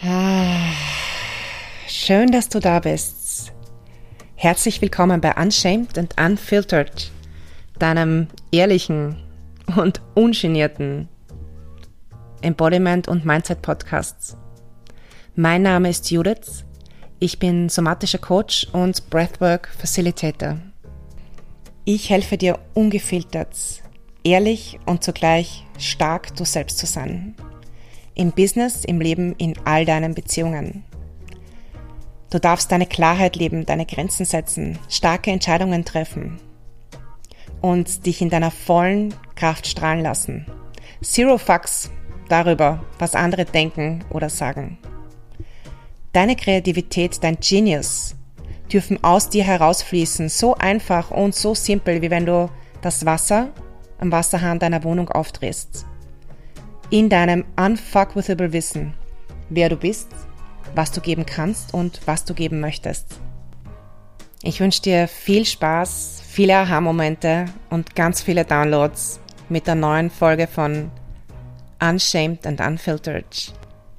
Ah, schön, dass du da bist. Herzlich willkommen bei Unshamed and Unfiltered, deinem ehrlichen und ungenierten Embodiment- und Mindset-Podcast. Mein Name ist Judith. Ich bin somatischer Coach und Breathwork-Facilitator. Ich helfe dir ungefiltert, ehrlich und zugleich stark du selbst zu sein. Im Business, im Leben, in all deinen Beziehungen. Du darfst deine Klarheit leben, deine Grenzen setzen, starke Entscheidungen treffen und dich in deiner vollen Kraft strahlen lassen. Zero Fucks darüber, was andere denken oder sagen. Deine Kreativität, dein Genius dürfen aus dir herausfließen, so einfach und so simpel, wie wenn du das Wasser am Wasserhahn deiner Wohnung aufdrehst. In deinem unfuckwithable Wissen, wer du bist, was du geben kannst und was du geben möchtest. Ich wünsche dir viel Spaß, viele Aha-Momente und ganz viele Downloads mit der neuen Folge von Unshamed and Unfiltered.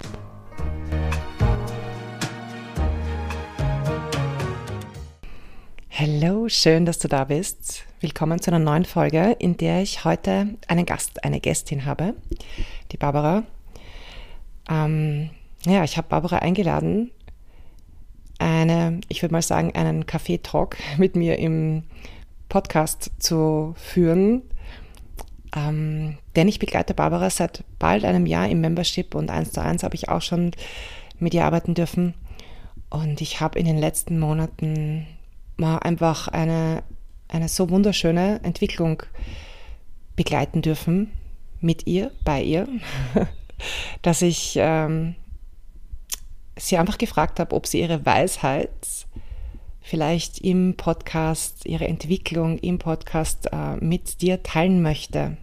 Hallo, schön, dass du da bist. Willkommen zu einer neuen Folge, in der ich heute einen Gast, eine Gästin habe, die Barbara. Ich habe Barbara eingeladen, ich würde mal sagen, einen Kaffee-Talk mit mir im Podcast zu führen. Denn ich begleite Barbara seit bald einem Jahr im Membership und 1:1 habe ich auch schon mit ihr arbeiten dürfen. Und ich habe in den letzten Monaten mal einfach eine so wunderschöne Entwicklung begleiten dürfen mit ihr, bei ihr, dass ich sie einfach gefragt habe, ob sie ihre Weisheit vielleicht im Podcast, ihre Entwicklung im Podcast mit dir teilen möchte.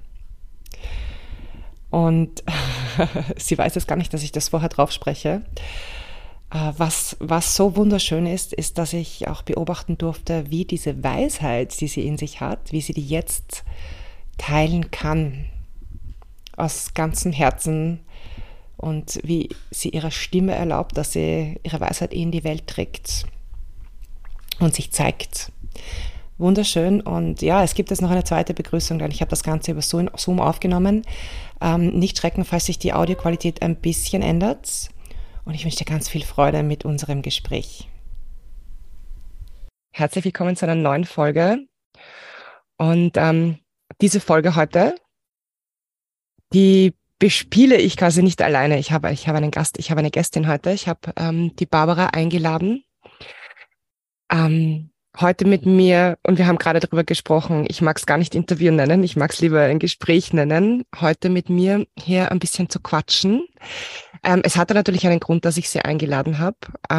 Und sie weiß es gar nicht, dass ich das vorher drauf spreche. Was so wunderschön ist, dass ich auch beobachten durfte, wie diese Weisheit, die sie in sich hat, wie sie die jetzt teilen kann, aus ganzem Herzen und wie sie ihrer Stimme erlaubt, dass sie ihre Weisheit in die Welt trägt und sich zeigt. Wunderschön. Und ja, es gibt jetzt noch eine zweite Begrüßung, denn ich habe das Ganze über Zoom aufgenommen. Nicht schrecken, falls sich die Audioqualität ein bisschen ändert. Und ich wünsche dir ganz viel Freude mit unserem Gespräch. Herzlich willkommen zu einer neuen Folge. Und diese Folge heute, die bespiele ich quasi nicht alleine. Ich habe einen Gast, ich habe eine Gästin heute. Ich habe die Barbara eingeladen. Heute mit mir, und wir haben gerade darüber gesprochen, ich mag es gar nicht Interview nennen, ich mag es lieber ein Gespräch nennen, heute mit mir hier ein bisschen zu quatschen. Es hatte natürlich einen Grund, dass ich sie eingeladen habe.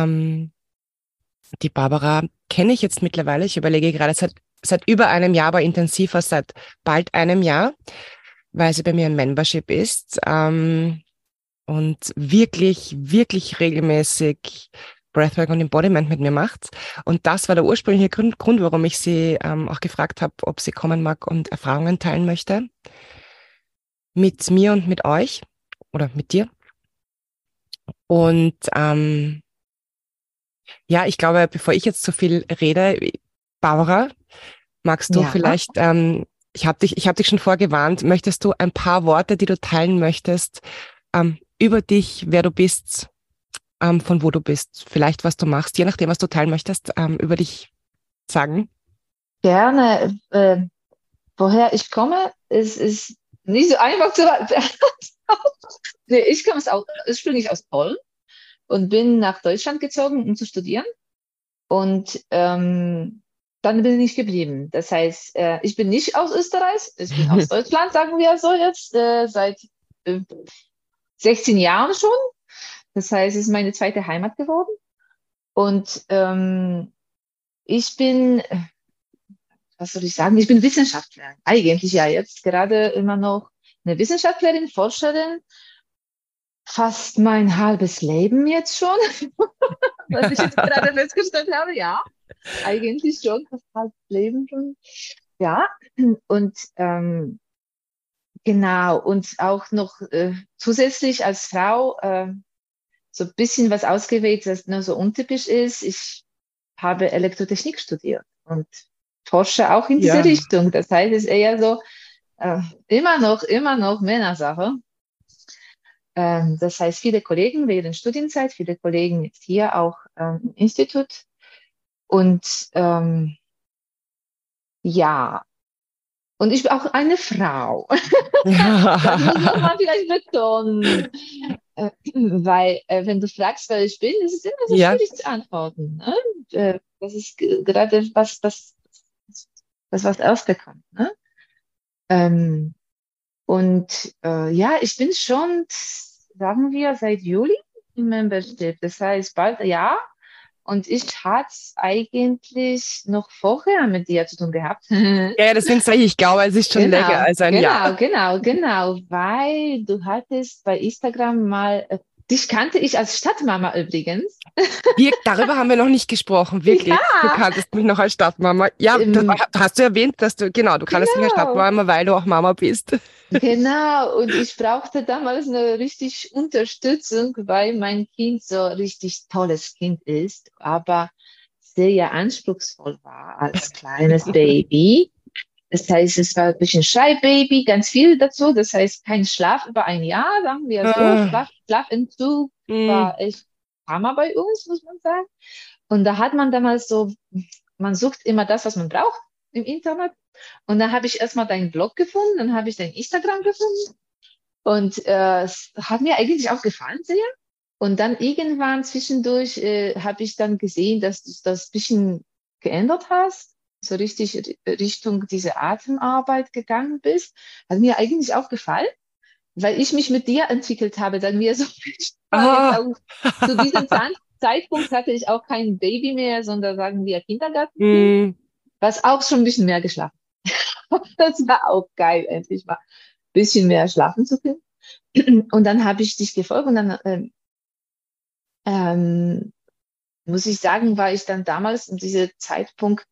Die Barbara kenne ich jetzt mittlerweile, ich überlege gerade seit über einem Jahr, aber intensiver seit bald einem Jahr, weil sie bei mir ein Membership ist und wirklich, wirklich regelmäßig Breathwork und Embodiment mit mir macht. Und das war der ursprüngliche Grund, warum ich sie auch gefragt habe, ob sie kommen mag und Erfahrungen teilen möchte. Mit mir und mit euch oder mit dir. Und ich glaube, bevor ich jetzt so viel rede, Barbara, magst du vielleicht, ich habe dich schon vorgewarnt, möchtest du ein paar Worte, die du teilen möchtest, über dich, wer du bist, von wo du bist, vielleicht was du machst, je nachdem, was du teilen möchtest, über dich sagen? Gerne. Woher ich komme, ist nicht so einfach zu Nee, ich komme ursprünglich aus Polen und bin nach Deutschland gezogen, um zu studieren. Und dann bin ich geblieben. Das heißt, ich bin nicht aus Österreich, ich bin aus Deutschland, sagen wir so jetzt, seit äh, 16 Jahren schon. Das heißt, es ist meine zweite Heimat geworden. Und ich bin was soll ich sagen? Ich bin Wissenschaftlerin. Eigentlich ja jetzt gerade immer noch eine Wissenschaftlerin, Forscherin. Fast mein halbes Leben jetzt schon, was ich jetzt gerade festgestellt habe. Ja, eigentlich schon, fast halbes Leben schon. Ja, und genau, und auch noch zusätzlich als Frau so ein bisschen was ausgewählt, das nur so untypisch ist. Ich habe Elektrotechnik studiert und forsche auch in diese Ja. Richtung. Das heißt, es ist eher so immer noch Männersache. Das heißt, viele Kollegen während Studienzeit, viele Kollegen jetzt hier auch im Institut. Und ja, und ich bin auch eine Frau. Das muss man vielleicht betonen. Weil, wenn du fragst, wer ich bin, ist es immer so Ja, schwierig zu antworten. Ne? Das ist gerade was Erste kommt. Ne? Ähm, ja, ich bin schon, sagen wir, seit Juli im Membership. Das heißt, bald ja. Und ich hatte es eigentlich noch vorher mit dir zu tun gehabt. ja, deswegen sage ich glaube, es ist schon länger Genau, als ein Jahr. genau, weil du hattest bei Instagram mal, dich kannte ich als Stadtmama übrigens. Darüber haben wir noch nicht gesprochen, wirklich. Du Ja, kanntest mich noch als Stadtmama. Ja, das ähm, hast du erwähnt, dass genau, du kanntest mich als genau, Stadtmama, weil du auch Mama bist. genau. Und ich brauchte damals eine richtig Unterstützung, weil mein Kind so richtig tolles Kind ist, aber sehr anspruchsvoll war als kleines Baby. Das heißt, es war ein bisschen Schreibaby, ganz viel dazu. Das heißt, kein Schlaf über ein Jahr, sagen wir so. Ah, Schlafentzug mm, war echt Hammer bei uns, muss man sagen. Und da hat man damals so, man sucht immer das, was man braucht im Internet. Und dann habe ich erstmal deinen Blog gefunden, dann habe ich dein Instagram gefunden. Und es hat mir eigentlich auch gefallen sehr. Und dann irgendwann zwischendurch habe ich dann gesehen, dass du das ein bisschen geändert hast, so richtig Richtung diese Atemarbeit gegangen bist. Hat mir eigentlich auch gefallen, weil ich mich mit dir entwickelt habe, sagen wir so. Ich war jetzt ah, auch, zu diesem Zeitpunkt hatte ich auch kein Baby mehr, sondern sagen wir Kindergartenkind, mm, was auch schon ein bisschen mehr geschlafen. Das war auch geil, endlich mal ein bisschen mehr schlafen zu können. Und dann habe ich dich gefolgt und dann ähm, muss ich sagen, war ich dann damals in diesem Zeitpunkt,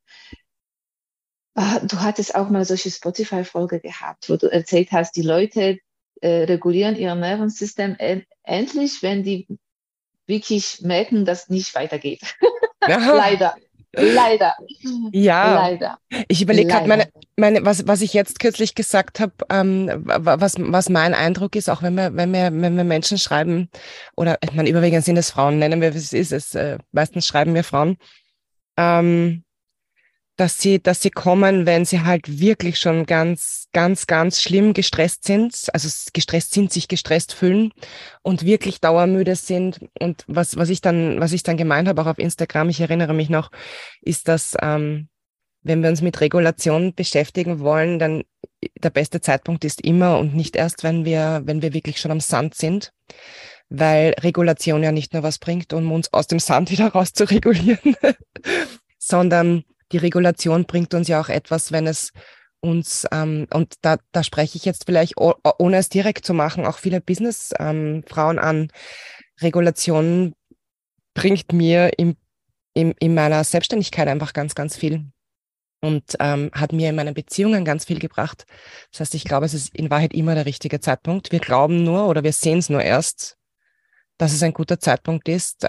du hattest auch mal solche Spotify-Folge gehabt, wo du erzählt hast, die Leute regulieren ihr Nervensystem endlich, wenn die wirklich merken, dass nicht weitergeht. ah, Leider, leider, ja, leider, ich überlege gerade leider. was ich jetzt kürzlich gesagt habe, was mein Eindruck ist, auch wenn wir Menschen schreiben, oder ich meine, überwiegend sind es Frauen, nennen wir, wie es ist, meistens schreiben wir Frauen, ähm, dass sie kommen, wenn sie halt wirklich schon ganz schlimm gestresst sind, also gestresst sind, sich gestresst fühlen und wirklich dauermüde sind. Und was ich dann gemeint habe, auch auf Instagram, ich erinnere mich noch, ist, dass, wenn wir uns mit Regulation beschäftigen wollen, dann der beste Zeitpunkt ist immer und nicht erst, wenn wir wirklich schon am Sand sind, weil Regulation ja nicht nur was bringt, um uns aus dem Sand wieder raus zu regulieren, sondern die Regulation bringt uns ja auch etwas, wenn es uns, und da spreche ich jetzt vielleicht, ohne es direkt zu machen, auch viele Business-Frauen an. Regulation bringt mir in meiner Selbstständigkeit einfach ganz viel und hat mir in meinen Beziehungen ganz viel gebracht. Das heißt, ich glaube, es ist in Wahrheit immer der richtige Zeitpunkt. Wir glauben nur oder wir sehen es nur erst, dass es ein guter Zeitpunkt ist,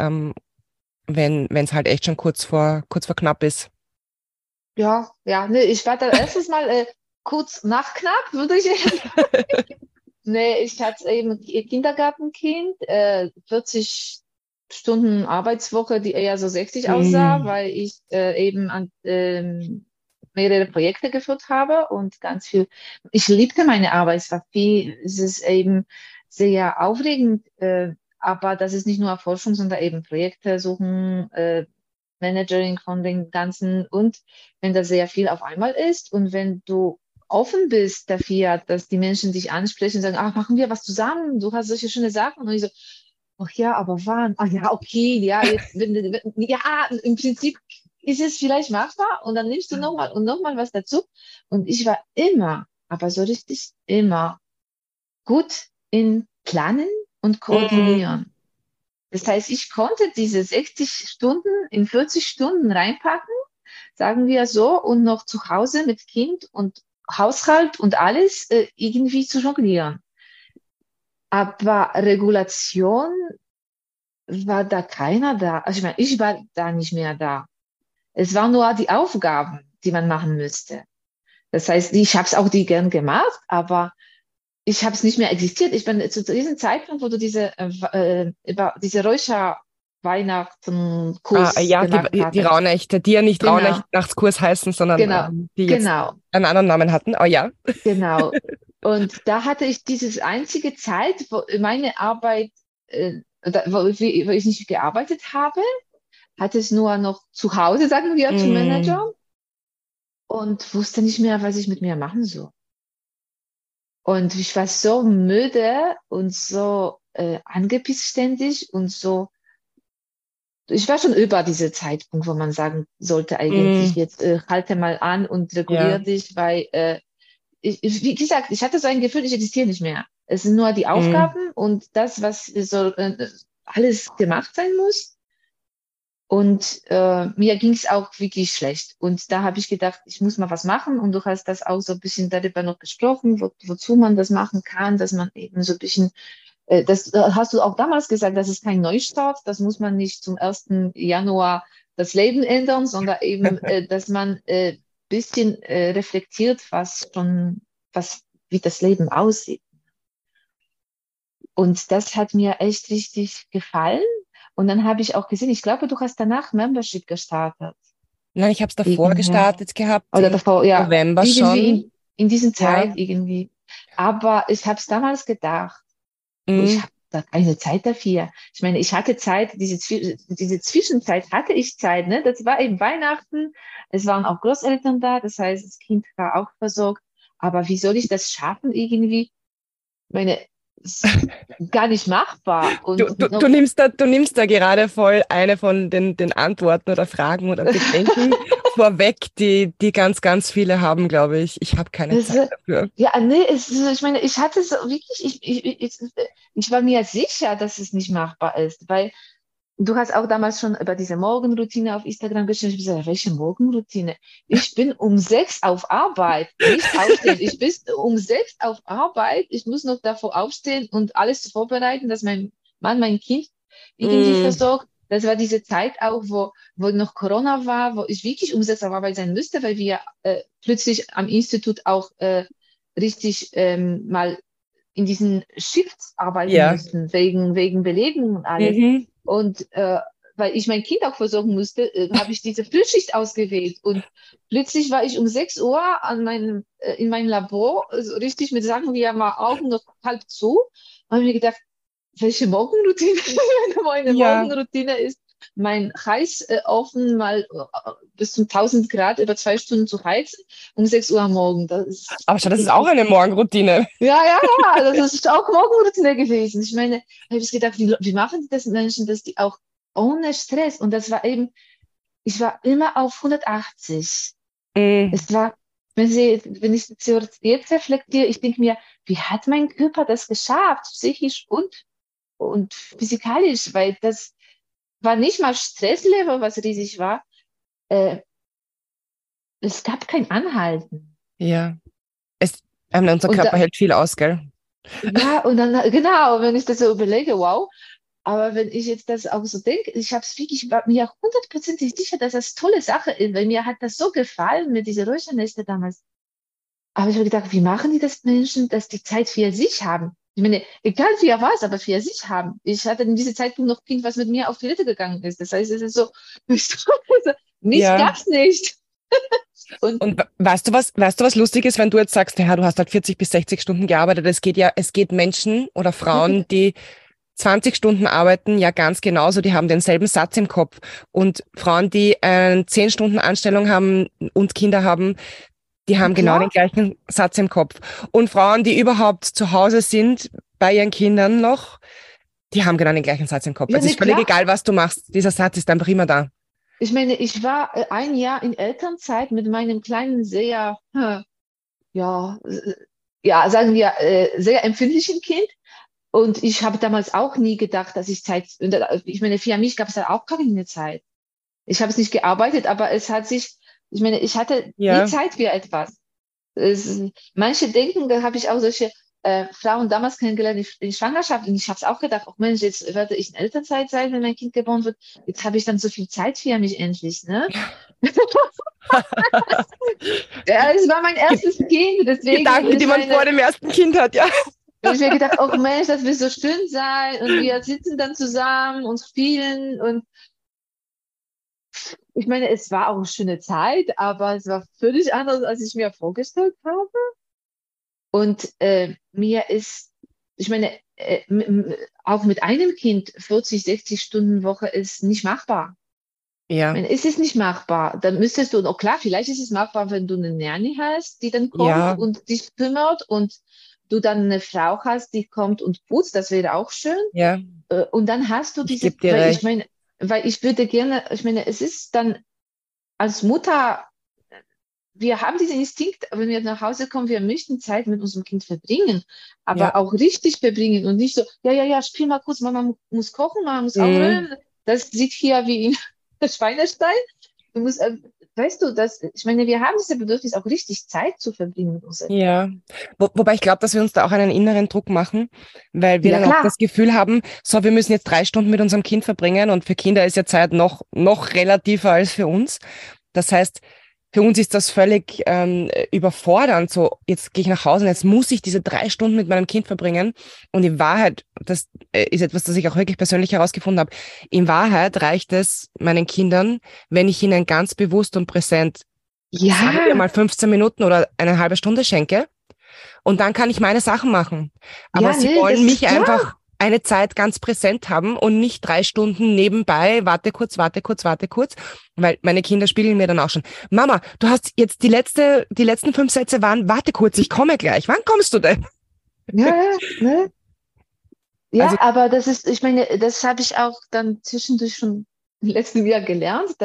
wenn es halt echt schon kurz vor knapp ist. Ja, ja, nee, ich war da erstes Mal kurz nach knapp, würde ich. Nee, ich hatte eben Kindergartenkind, 40 Stunden Arbeitswoche, die eher so 60 aussah, Mm. weil ich eben mehrere Projekte geführt habe und ganz viel. Ich liebte meine Arbeit, es war viel, es ist eben sehr aufregend, aber das ist nicht nur Erforschung, sondern eben Projekte suchen, Managing von den ganzen und wenn das sehr viel auf einmal ist und wenn du offen bist dafür, dass die Menschen dich ansprechen und sagen, ach, machen wir was zusammen, du hast solche schöne Sachen. Und ich so, ach ja, aber wann? Ach ja, okay, ja, jetzt, ja, im Prinzip ist es vielleicht machbar und dann nimmst du nochmal und nochmal was dazu. Und ich war immer, aber so richtig immer gut in Planen und Mm. Koordinieren. Das heißt, ich konnte diese 60 Stunden in 40 Stunden reinpacken, sagen wir so, und noch zu Hause mit Kind und Haushalt und alles irgendwie zu jonglieren. Aber Regulation war da keiner da. Also ich meine, ich war da nicht mehr da. Es waren nur die Aufgaben, die man machen müsste. Das heißt, ich habe es auch die gern gemacht, aber ich habe es nicht mehr existiert. Ich bin zu diesem Zeitpunkt, wo du diese Räucher-Weihnachten-Kurs Ja, gemacht die hattest. Rauhnächte, die ja nicht Genau, Rauhnächte-Nachtskurs heißen, sondern genau, die jetzt genau, einen anderen Namen hatten. Oh ja. genau. Und da hatte ich dieses einzige Zeit, wo meine Arbeit, wo ich nicht gearbeitet habe, hatte ich nur noch zu Hause, sagen wir, zum Mm, Manager und wusste nicht mehr, was ich mit mir machen soll. Und ich war so müde und so angepisst ständig und so. Ich war schon über diesen Zeitpunkt, wo man sagen sollte, eigentlich, mm, jetzt halte mal an und regulier ja. dich, weil wie gesagt, ich hatte so ein Gefühl, ich existiere nicht mehr. Es sind nur die Mm, Aufgaben und das, was so alles gemacht sein muss. Und mir ging es auch wirklich schlecht. Und da habe ich gedacht, ich muss mal was machen. Und du hast das auch so ein bisschen darüber noch gesprochen, wozu man das machen kann, dass man eben so ein bisschen, das hast du auch damals gesagt, das ist kein Neustart, das muss man nicht zum 1. Januar das Leben ändern, sondern eben, dass man bisschen reflektiert, wie das Leben aussieht. Und das hat mir echt richtig gefallen. Und dann habe ich auch gesehen, ich glaube, du hast danach Membership gestartet. Nein, ich habe es davor Irgendwann. gestartet gehabt, Oder im davor, ja, November irgendwie schon. in diesen Zeit Ja. irgendwie. Aber ich habe es damals gedacht, ich Mm, habe da keine Zeit dafür. Ich meine, ich hatte Zeit, diese Zwischenzeit hatte ich Zeit, ne? Das war eben Weihnachten, es waren auch Großeltern da, das heißt, das Kind war auch versorgt. Aber wie soll ich das schaffen irgendwie? Ich meine, es ist gar nicht machbar. Und noch, Du nimmst da gerade voll eine von den Antworten oder Fragen oder Bedenken vorweg, die ganz, ganz viele haben, glaube ich. Ich habe keine es, Zeit dafür. ja, nee, ich meine, ich hatte so wirklich, ich war mir sicher, dass es nicht machbar ist, weil du hast auch damals schon über diese Morgenroutine auf Instagram geschrieben. Ich habe gesagt, welche Morgenroutine? Ich bin um 6 auf Arbeit, nicht aufstehen. Ich bin um 6 auf Arbeit. Ich muss noch davor aufstehen und alles vorbereiten, dass mein Mann mein Kind irgendwie Mm, versorgt. Das war diese Zeit auch, wo noch Corona war, wo ich wirklich um 6 auf Arbeit sein müsste, weil wir plötzlich am Institut auch richtig mal in diesen Shifts arbeiten ja. müssen, wegen Belegen und alles. Mhm. Und weil ich mein Kind auch versorgen musste, habe ich diese Frühschicht ausgewählt. Und plötzlich war ich um 6 Uhr in meinem Labor, so richtig mit, sagen wir mal, Augen noch halb zu. Und habe mir gedacht, welche Morgenroutine? Meine Ja. Morgenroutine ist, mein Heizofen mal bis zu 1000 Grad über 2 Stunden zu heizen, um 6 Uhr am Morgen. Das ist Aber schau, das ist auch eine Morgenroutine. ja, ja, ja, das ist auch Morgenroutine gewesen. Ich meine, da habe ich gedacht, wie machen die das Menschen, dass die auch ohne Stress, und das war eben, ich war immer auf 180. Mm, Es war, wenn ich jetzt reflektiere, ich denke mir, wie hat mein Körper das geschafft, psychisch und physikalisch, weil das war nicht mal Stresslevel, was riesig war. Äh, Es gab kein Anhalten. ja. Es, unser Und Körper da, hält viel aus, gell? ja, und dann, genau, wenn ich das so überlege, wow. Aber wenn ich jetzt das auch so denke, ich habe es wirklich, war mir auch hundertprozentig sicher, dass das tolle Sache ist, weil mir hat das so gefallen mit dieser Räuchernächte damals. Aber ich habe gedacht, wie machen die das Menschen, dass die Zeit für sich haben? Ich meine, egal wie er war es, aber für sich haben. Ich hatte in diesem Zeitpunkt noch Kind, was mit mir auf Toilette gegangen ist. Das heißt, es ist so, mich Ja. gab's nicht. Und Und weißt du was lustig ist, wenn du jetzt sagst, ja, du hast halt 40 bis 60 Stunden gearbeitet, es geht Menschen oder ja, Frauen, bitte. die 20 Stunden arbeiten, ja ganz genauso, die haben denselben Satz im Kopf. Und Frauen, die 10 Stunden Anstellung haben und Kinder haben, die haben genau den Klar. gleichen Satz im Kopf. Und Frauen, die überhaupt zu Hause sind, bei ihren Kindern noch, die haben genau den gleichen Satz im Kopf. Ja, Also es ne, ist völlig klar. egal, was du machst. Dieser Satz ist einfach immer da. Ich meine, ich war ein Jahr in Elternzeit mit meinem kleinen, sehr, ja, ja, sagen wir, sehr empfindlichen Kind. Und ich habe damals auch nie gedacht, dass ich Zeit, ich meine, für mich gab es da auch keine Zeit. Ich habe es nicht gearbeitet, aber es hat sich, ich meine, ich hatte nie Ja. Zeit für etwas. Es, manche denken, da habe ich auch solche Frauen damals kennengelernt in Schwangerschaft und ich habe es auch gedacht, oh Mensch, jetzt werde ich in Elternzeit sein, wenn mein Kind geboren wird. Jetzt habe ich dann so viel Zeit für mich endlich, ne? Ja, es war mein erstes Kind, deswegen, Gedanken, ich die man vor meine, dem ersten Kind hat, ja. habe ich mir gedacht, oh Mensch, das wird so schön sein und wir sitzen dann zusammen und spielen und ich meine, es war auch eine schöne Zeit, aber es war völlig anders, als ich mir vorgestellt habe. Und mir ist, ich meine, auch mit einem Kind 40, 60 Stunden Woche ist nicht machbar. Ich Ja, meine, es ist nicht machbar. Dann müsstest du, oh klar, vielleicht ist es machbar, wenn du eine Nanny hast, die dann kommt ja, und dich kümmert und du dann eine Frau hast, die kommt und putzt, das wäre auch schön. ja, Und dann hast du ich diese, gebe dir recht. weil ich würde gerne, ich meine, es ist dann als Mutter, wir haben diesen Instinkt, wenn wir nach Hause kommen, wir möchten Zeit mit unserem Kind verbringen, Ja. aber auch richtig verbringen und nicht so, ja, ja, ja, spiel mal kurz, Mama muss kochen, Mama muss Mhm. aufräumen. Das sieht hier wie in Schweinestall. Du musst, weißt du, ich meine, wir haben dieses Bedürfnis, auch richtig Zeit zu verbringen mit unseren Kindern. Ja, wobei ich glaube, dass wir uns da auch einen inneren Druck machen, weil wir Ja, dann auch klar. das Gefühl haben, so, wir müssen jetzt 3 Stunden mit unserem Kind verbringen und für Kinder ist ja Zeit noch relativer als für uns. Das heißt, für uns ist das völlig überfordernd. So, jetzt gehe ich nach Hause und jetzt muss ich diese 3 Stunden mit meinem Kind verbringen. Und in Wahrheit, das ist etwas, das ich auch wirklich persönlich herausgefunden habe, in Wahrheit reicht es meinen Kindern, wenn ich ihnen ganz bewusst und präsent, sagen wir Ja, mal 15 Minuten oder eine halbe Stunde schenke. Und dann kann ich meine Sachen machen. Aber ja, sie nee, wollen das ist mich klar. einfach eine Zeit ganz präsent haben und nicht 3 Stunden nebenbei, warte kurz, warte kurz, warte kurz, weil meine Kinder spiegeln mir dann auch schon, Mama, du hast jetzt die letzten 5 Sätze waren, warte kurz, ich komme gleich. Wann kommst du denn? Ja, ja, ne? Also, Ja, aber das ist, ich meine, das habe ich auch dann zwischendurch schon im letzten Jahr gelernt,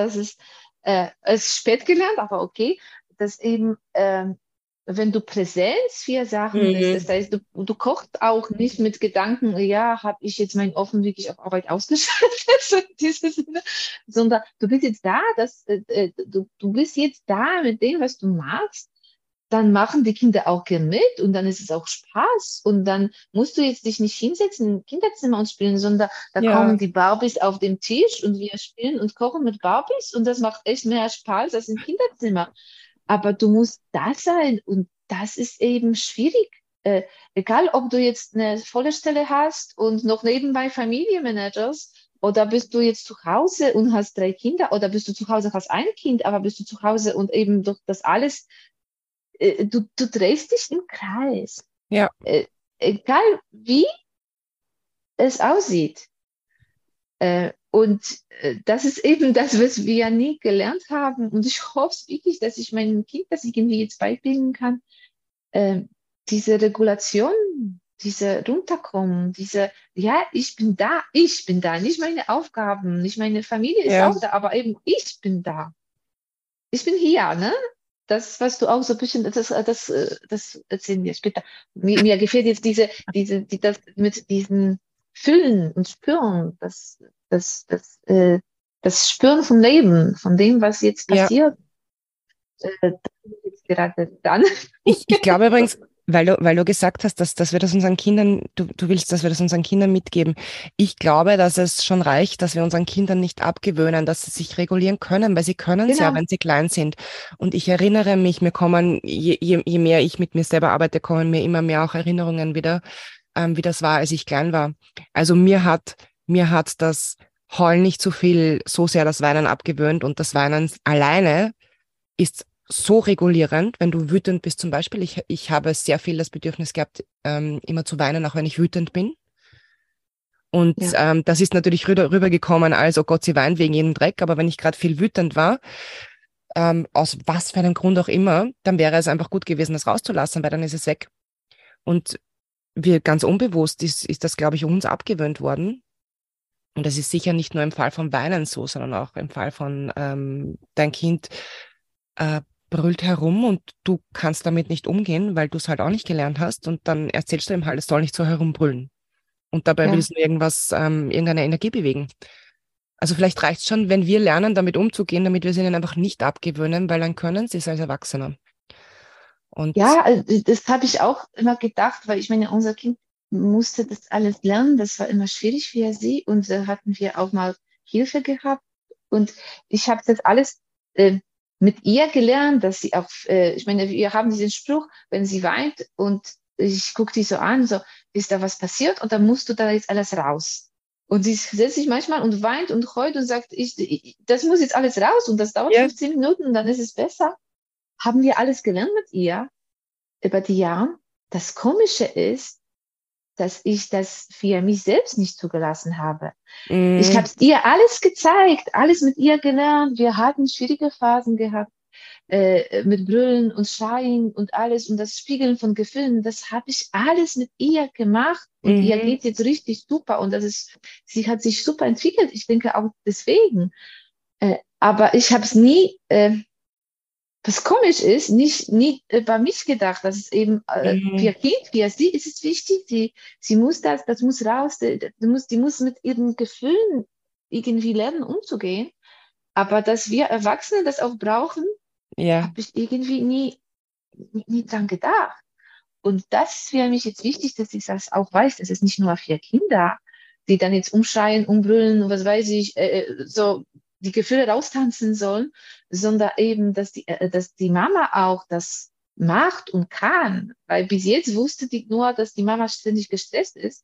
es ist spät gelernt, aber okay, dass eben, wenn du Präsenz für Sachen bist, das mhm. heißt, du kochst auch nicht mit Gedanken, ja, habe ich jetzt meinen Ofen wirklich auf Arbeit ausgeschaltet, so in diesem Sinne, sondern du bist jetzt da, du bist jetzt da mit dem, was du magst, dann machen die Kinder auch gern mit und dann ist es auch Spaß und dann musst du jetzt dich nicht hinsetzen im Kinderzimmer und spielen, sondern da kommen Ja, die Barbies auf den Tisch und wir spielen und kochen mit Barbies und das macht echt mehr Spaß als im Kinderzimmer. Aber du musst da sein und das ist eben schwierig. Egal, ob du jetzt eine volle Stelle hast und noch nebenbei Familie managers oder bist du jetzt zu Hause und hast 3 Kinder oder bist du zu Hause, hast ein Kind, aber bist du zu Hause und eben durch das alles du drehst dich im Kreis. ja, Äh, egal wie es aussieht. Das ist eben das, was wir ja nie gelernt haben. Und ich hoffe wirklich, dass ich meinem Kind das irgendwie jetzt beibringen kann. Äh, diese Regulation, diese Runterkommen, ja, ich bin da, nicht meine Aufgaben, nicht meine Familie ist ja. auch da, aber eben ich bin da. Ich bin hier, ne? Das, was du auch so ein bisschen, das erzählen wir später. Mir gefällt jetzt das mit diesen Fühlen und Spüren, das Spüren vom Leben, von dem, was jetzt Ja. passiert, das ist jetzt gerade dann. Ich glaube übrigens, weil du gesagt hast, dass wir das unseren Kindern, du willst, dass wir das unseren Kindern mitgeben. Ich glaube, dass es schon reicht, dass wir unseren Kindern nicht abgewöhnen, dass sie sich regulieren können, weil sie können es ja, Genau. wenn sie klein sind. Und ich erinnere mich, mir kommen, je mehr ich mit mir selber arbeite, kommen mir immer mehr auch Erinnerungen wieder, wie das war, als ich klein war. Also mir hat das Heulen nicht so sehr das Weinen abgewöhnt und das Weinen alleine ist so regulierend, wenn du wütend bist zum Beispiel. Ich habe sehr viel das Bedürfnis gehabt, immer zu weinen, auch wenn ich wütend bin. Und Ja, das ist natürlich rübergekommen, als, oh Gott, sie weint wegen jedem Dreck. Aber wenn ich gerade viel wütend war, aus was für einem Grund auch immer, dann wäre es einfach gut gewesen, das rauszulassen, weil dann ist es weg. Und wir ganz unbewusst ist das, glaube ich, uns abgewöhnt worden. Und das ist sicher nicht nur im Fall von Weinen so, sondern auch im Fall von dein Kind äh, brüllt herum und du kannst damit nicht umgehen, weil du es halt auch nicht gelernt hast und dann erzählst du ihm halt, es soll nicht so herumbrüllen. Und dabei ja, willst du irgendeine Energie bewegen. Also vielleicht reicht es schon, wenn wir lernen, damit umzugehen, damit wir es ihnen einfach nicht abgewöhnen, weil dann können sie es als Erwachsener. Und Ja, das habe ich auch immer gedacht, weil ich meine, unser Kind musste das alles lernen. Das war immer schwierig für sie und da hatten wir auch mal Hilfe gehabt. Und ich habe das alles äh, mit ihr gelernt, dass sie auch, ich meine, wir haben diesen Spruch, wenn sie weint und ich gucke die so an, so, ist da was passiert und dann musst du da jetzt alles raus. Und sie setzt sich manchmal und weint und heult und sagt, das muss jetzt alles raus und das dauert ja, 15 Minuten und dann ist es besser. Haben wir alles gelernt mit ihr über die Jahre. Das Komische ist, dass ich das für mich selbst nicht zugelassen habe. Ich habe mm, es ihr alles gezeigt, alles mit ihr gelernt. Wir hatten schwierige Phasen gehabt, mit Brüllen und Schreien und alles und das Spiegeln von Gefühlen. Das habe ich alles mit ihr gemacht und ihr mhm, geht jetzt richtig super und sie hat sich super entwickelt. Ich denke auch deswegen. Aber ich habe es nie was komisch ist, nie bei mich gedacht, dass es eben für mhm, Kind, für sie ist es wichtig, sie muss das muss raus, die muss mit ihren Gefühlen irgendwie lernen, umzugehen. Aber dass wir Erwachsene das auch brauchen, ja, habe ich irgendwie nie dran gedacht. Und das ist für mich jetzt wichtig, dass ich das auch weiß. Das ist nicht nur für Kinder, die dann jetzt umschreien, umbrüllen, was weiß ich, so die Gefühle raustanzen sollen, sondern eben, dass die Mama auch das macht und kann. Weil bis jetzt wusste die nur, dass die Mama ständig gestresst ist.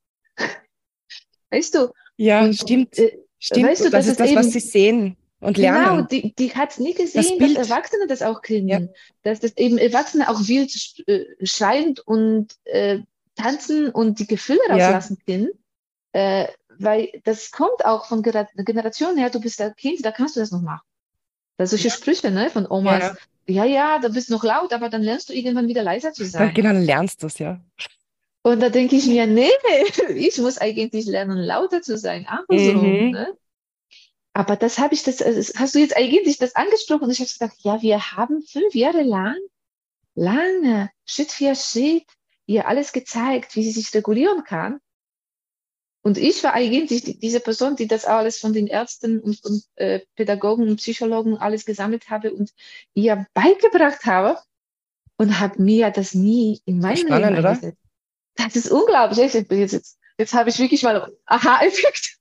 Weißt du? ja, Und stimmt, stimmt. weißt du, Und das dass es ist das, was eben sie sehen und genau, lernen. die hat es nie Das gesehen, dass Bild, Erwachsene das auch ja, können, dass das eben Erwachsene auch wild schreiend und tanzen und die Gefühle ja, rauslassen können, weil das kommt auch von Generation her, du bist ein Kind, da kannst du das noch machen. Da solche ja, Sprüche, ne, von Omas, ja. ja, ja, da bist du noch laut, aber dann lernst du irgendwann wieder leiser zu Dann, sein. genau, dann lernst du es, ja. Und da denke ich mir, nee, ich muss eigentlich lernen, lauter zu sein, andersrum, Mhm, ne? Aber das hast du jetzt eigentlich das angesprochen und ich habe gesagt, ja, wir haben 5 Jahre lang, lange, Schritt für Schritt, ihr alles gezeigt, wie sie sich regulieren kann. Und ich war eigentlich diese Person, die das alles von den Ärzten und Pädagogen und Psychologen alles gesammelt habe und ihr beigebracht habe und habe mir das nie in so meinem Leben spannend, oder? eingesetzt. Das ist unglaublich. Jetzt habe ich wirklich mal Aha-Effekt.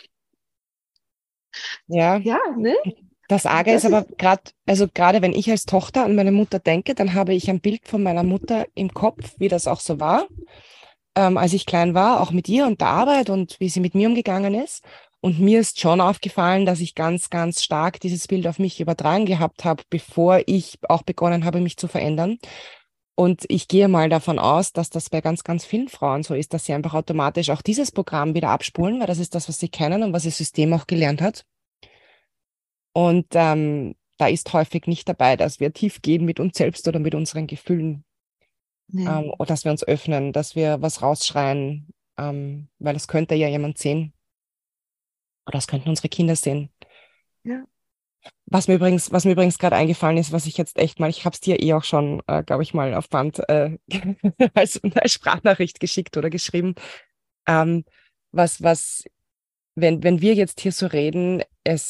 Ja. Ja, ne? Das Arge ist Das aber ist, gerade wenn ich als Tochter an meine Mutter denke, dann habe ich ein Bild von meiner Mutter im Kopf, wie das auch so war, als ich klein war, auch mit ihr und der Arbeit und wie sie mit mir umgegangen ist. Und mir ist schon aufgefallen, dass ich ganz, ganz stark dieses Bild auf mich übertragen gehabt habe, bevor ich auch begonnen habe, mich zu verändern. Und ich gehe mal davon aus, dass das bei ganz, ganz vielen Frauen so ist, dass sie einfach automatisch auch dieses Programm wieder abspulen, weil das ist das, was sie kennen und was ihr System auch gelernt hat. Und da ist häufig nicht dabei, dass wir tief gehen mit uns selbst oder mit unseren Gefühlen, ne, oder dass wir uns öffnen, dass wir was rausschreien, weil das könnte ja jemand sehen oder das könnten unsere Kinder sehen. ja. Was mir übrigens gerade eingefallen ist, was ich jetzt echt mal, ich habe es dir eh auch schon, glaube ich, mal auf Band als Sprachnachricht geschickt oder geschrieben, ähm, was, wenn wir jetzt hier so reden,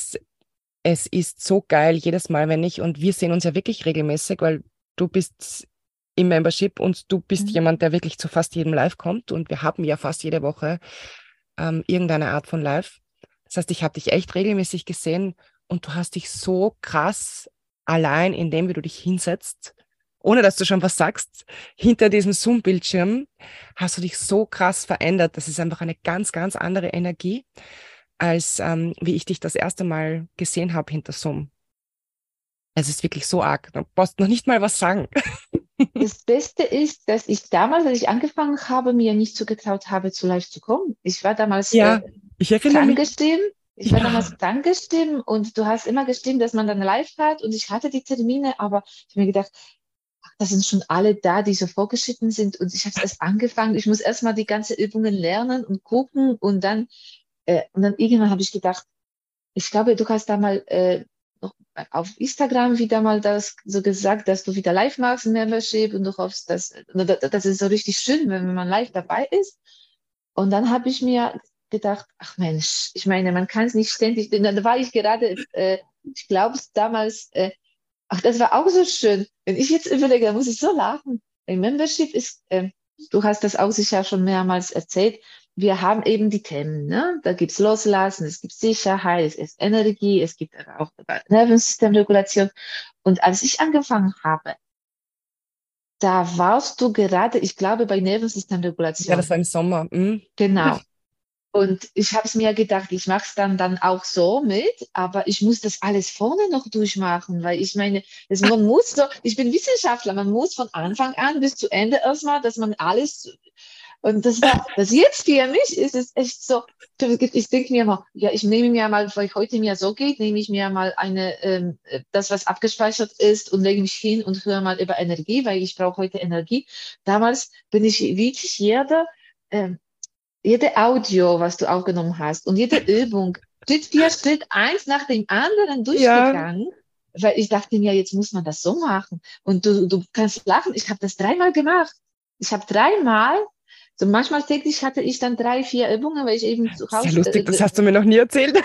es ist so geil jedes Mal, wenn ich, und wir sehen uns ja wirklich regelmäßig, weil du bist im Membership und du bist Mhm. jemand, der wirklich zu fast jedem Live kommt und wir haben ja fast jede Woche irgendeine Art von Live. Das heißt, ich habe dich echt regelmäßig gesehen und du hast dich so krass allein, indem wie du dich hinsetzt, ohne dass du schon was sagst, hinter diesem Zoom-Bildschirm, hast du dich so krass verändert. Das ist einfach eine ganz, ganz andere Energie als wie ich dich das erste Mal gesehen habe hinter Zoom. Es ist wirklich so arg. Du brauchst noch nicht mal was sagen. Das Beste ist, dass ich damals, als ich angefangen habe, mir nicht zugetraut habe, zu live zu kommen. Ich war damals Ja, ich erinnere krank mich. geschrieben. Ich war Ja, damals krank geschrieben und du hast immer geschrieben, dass man dann live hat und ich hatte die Termine, aber ich habe mir gedacht, ach, das sind schon alle da, die so vorgeschritten sind und ich habe es erst angefangen. Ich muss erst mal die ganzen Übungen lernen und gucken und dann irgendwann habe ich gedacht, ich glaube, du hast da mal noch auf Instagram wieder mal das so gesagt, dass du wieder live machst, ein Membership und du hoffst, das ist so richtig schön, wenn man live dabei ist. Und dann habe ich mir gedacht, ach Mensch, ich meine, man kann es nicht ständig, denn da war ich gerade, ich glaube damals Ach, das war auch so schön. Wenn ich jetzt überlege, da muss ich so lachen. Ein Membership ist, du hast das auch sicher schon mehrmals erzählt, wir haben eben die Themen, ne? Da gibt's Loslassen, es gibt Sicherheit, es ist Energie, es gibt aber auch Nervensystemregulation. Und als ich angefangen habe, da warst du gerade, ich glaube, bei Ja, das Nervensystemregulation. war im Sommer. Mhm. Genau. Und ich habe es mir gedacht, ich mache es dann auch so mit, aber ich muss das alles vorne noch durchmachen, weil ich meine, man muss so, ich bin Wissenschaftler, man muss von Anfang an bis zu Ende erstmal, dass man alles, und das jetzt für mich ist es echt so, ich denke mir mal, ja, ich nehme mir mal, weil heute mir so geht, nehme ich mir mal das, was abgespeichert ist und lege mich hin und höre mal über Energie, weil ich brauche heute Energie. Damals bin ich wirklich ähm, jede Audio, was du aufgenommen hast und jede Übung, Schritt für Schritt, eins nach dem anderen Ja, durchgegangen, weil ich dachte mir, jetzt muss man das so machen. Und du kannst lachen, ich habe das dreimal gemacht. Ich habe dreimal, so manchmal täglich hatte ich dann drei, vier Übungen, weil ich eben zu sehr Hause, lustig, das hast du mir noch nie erzählt.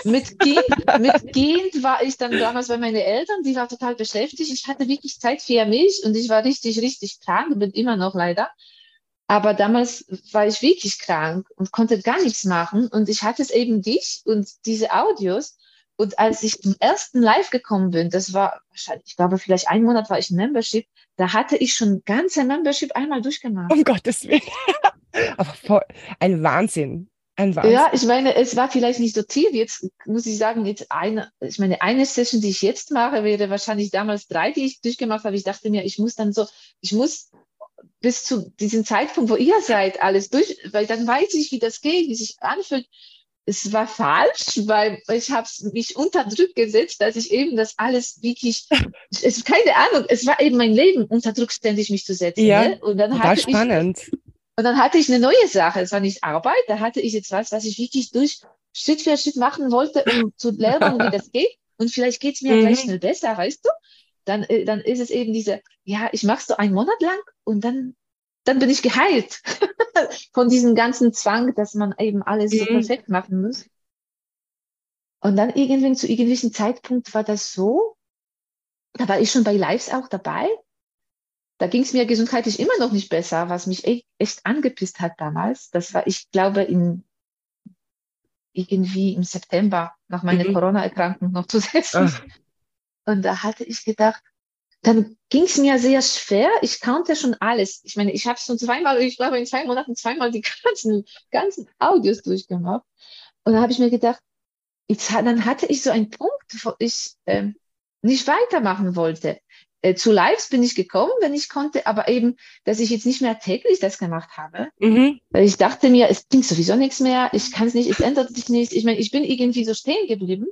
mit Kind war ich dann damals bei meinen Eltern, die waren total beschäftigt. Ich hatte wirklich Zeit für mich und ich war richtig, richtig krank, bin immer noch leider. Aber damals war ich wirklich krank und konnte gar nichts machen. Und ich hatte es eben dich und diese Audios. Und als ich zum ersten Live gekommen bin, das war wahrscheinlich, ich glaube, vielleicht 1 Monat war ich im Membership, da hatte ich schon ganze Membership einmal durchgemacht. Um Gottes Willen. Aber voll, ein Wahnsinn. Ein Ja, Wahnsinn. ich meine, es war vielleicht nicht so tief. Jetzt muss ich sagen, ich meine, eine Session, die ich jetzt mache, wäre wahrscheinlich damals drei, die ich durchgemacht habe. Ich dachte mir, ich muss bis zu diesem Zeitpunkt, wo ihr seid, alles durch, weil dann weiß ich, wie das geht, wie sich anfühlt. Es war falsch, weil ich habe mich unter Druck gesetzt, dass ich eben das alles wirklich, keine Ahnung, es war eben mein Leben, unter Druck ständig mich zu setzen. Ja, Ne? Und dann total hatte ich, spannend. und dann hatte ich eine neue Sache. Es war nicht Arbeit, da hatte ich jetzt was ich wirklich durch Schritt für Schritt machen wollte, um zu lernen, wie das geht. Und vielleicht geht es mir gleich Mhm. schnell besser, weißt du? Dann ist es eben ja, ich mache es so 1 Monat lang und dann bin ich geheilt von diesem ganzen Zwang, dass man eben alles so Mhm. perfekt machen muss. Und dann irgendwie zu irgendwelchen Zeitpunkt war das so, da war ich schon bei Lives auch dabei. Da ging es mir gesundheitlich immer noch nicht besser, was mich echt angepisst hat damals. Das war, ich glaube, irgendwie im September nach meiner Mhm. Corona-Erkrankung noch zusätzlich. Ach, Und da hatte ich gedacht, dann ging es mir sehr schwer. Ich kannte schon alles. Ich meine, ich habe schon zweimal, ich glaube in 2 Monaten zweimal die ganzen Audios durchgemacht. Und dann habe ich mir gedacht, dann hatte ich so einen Punkt, wo ich nicht weitermachen wollte. Zu Lives bin ich gekommen, wenn ich konnte, aber eben, dass ich jetzt nicht mehr täglich das gemacht habe. mhm. Weil ich dachte mir, es bringt sowieso nichts mehr, ich kann es nicht, es ändert sich nichts. Ich meine, ich bin irgendwie so stehen geblieben.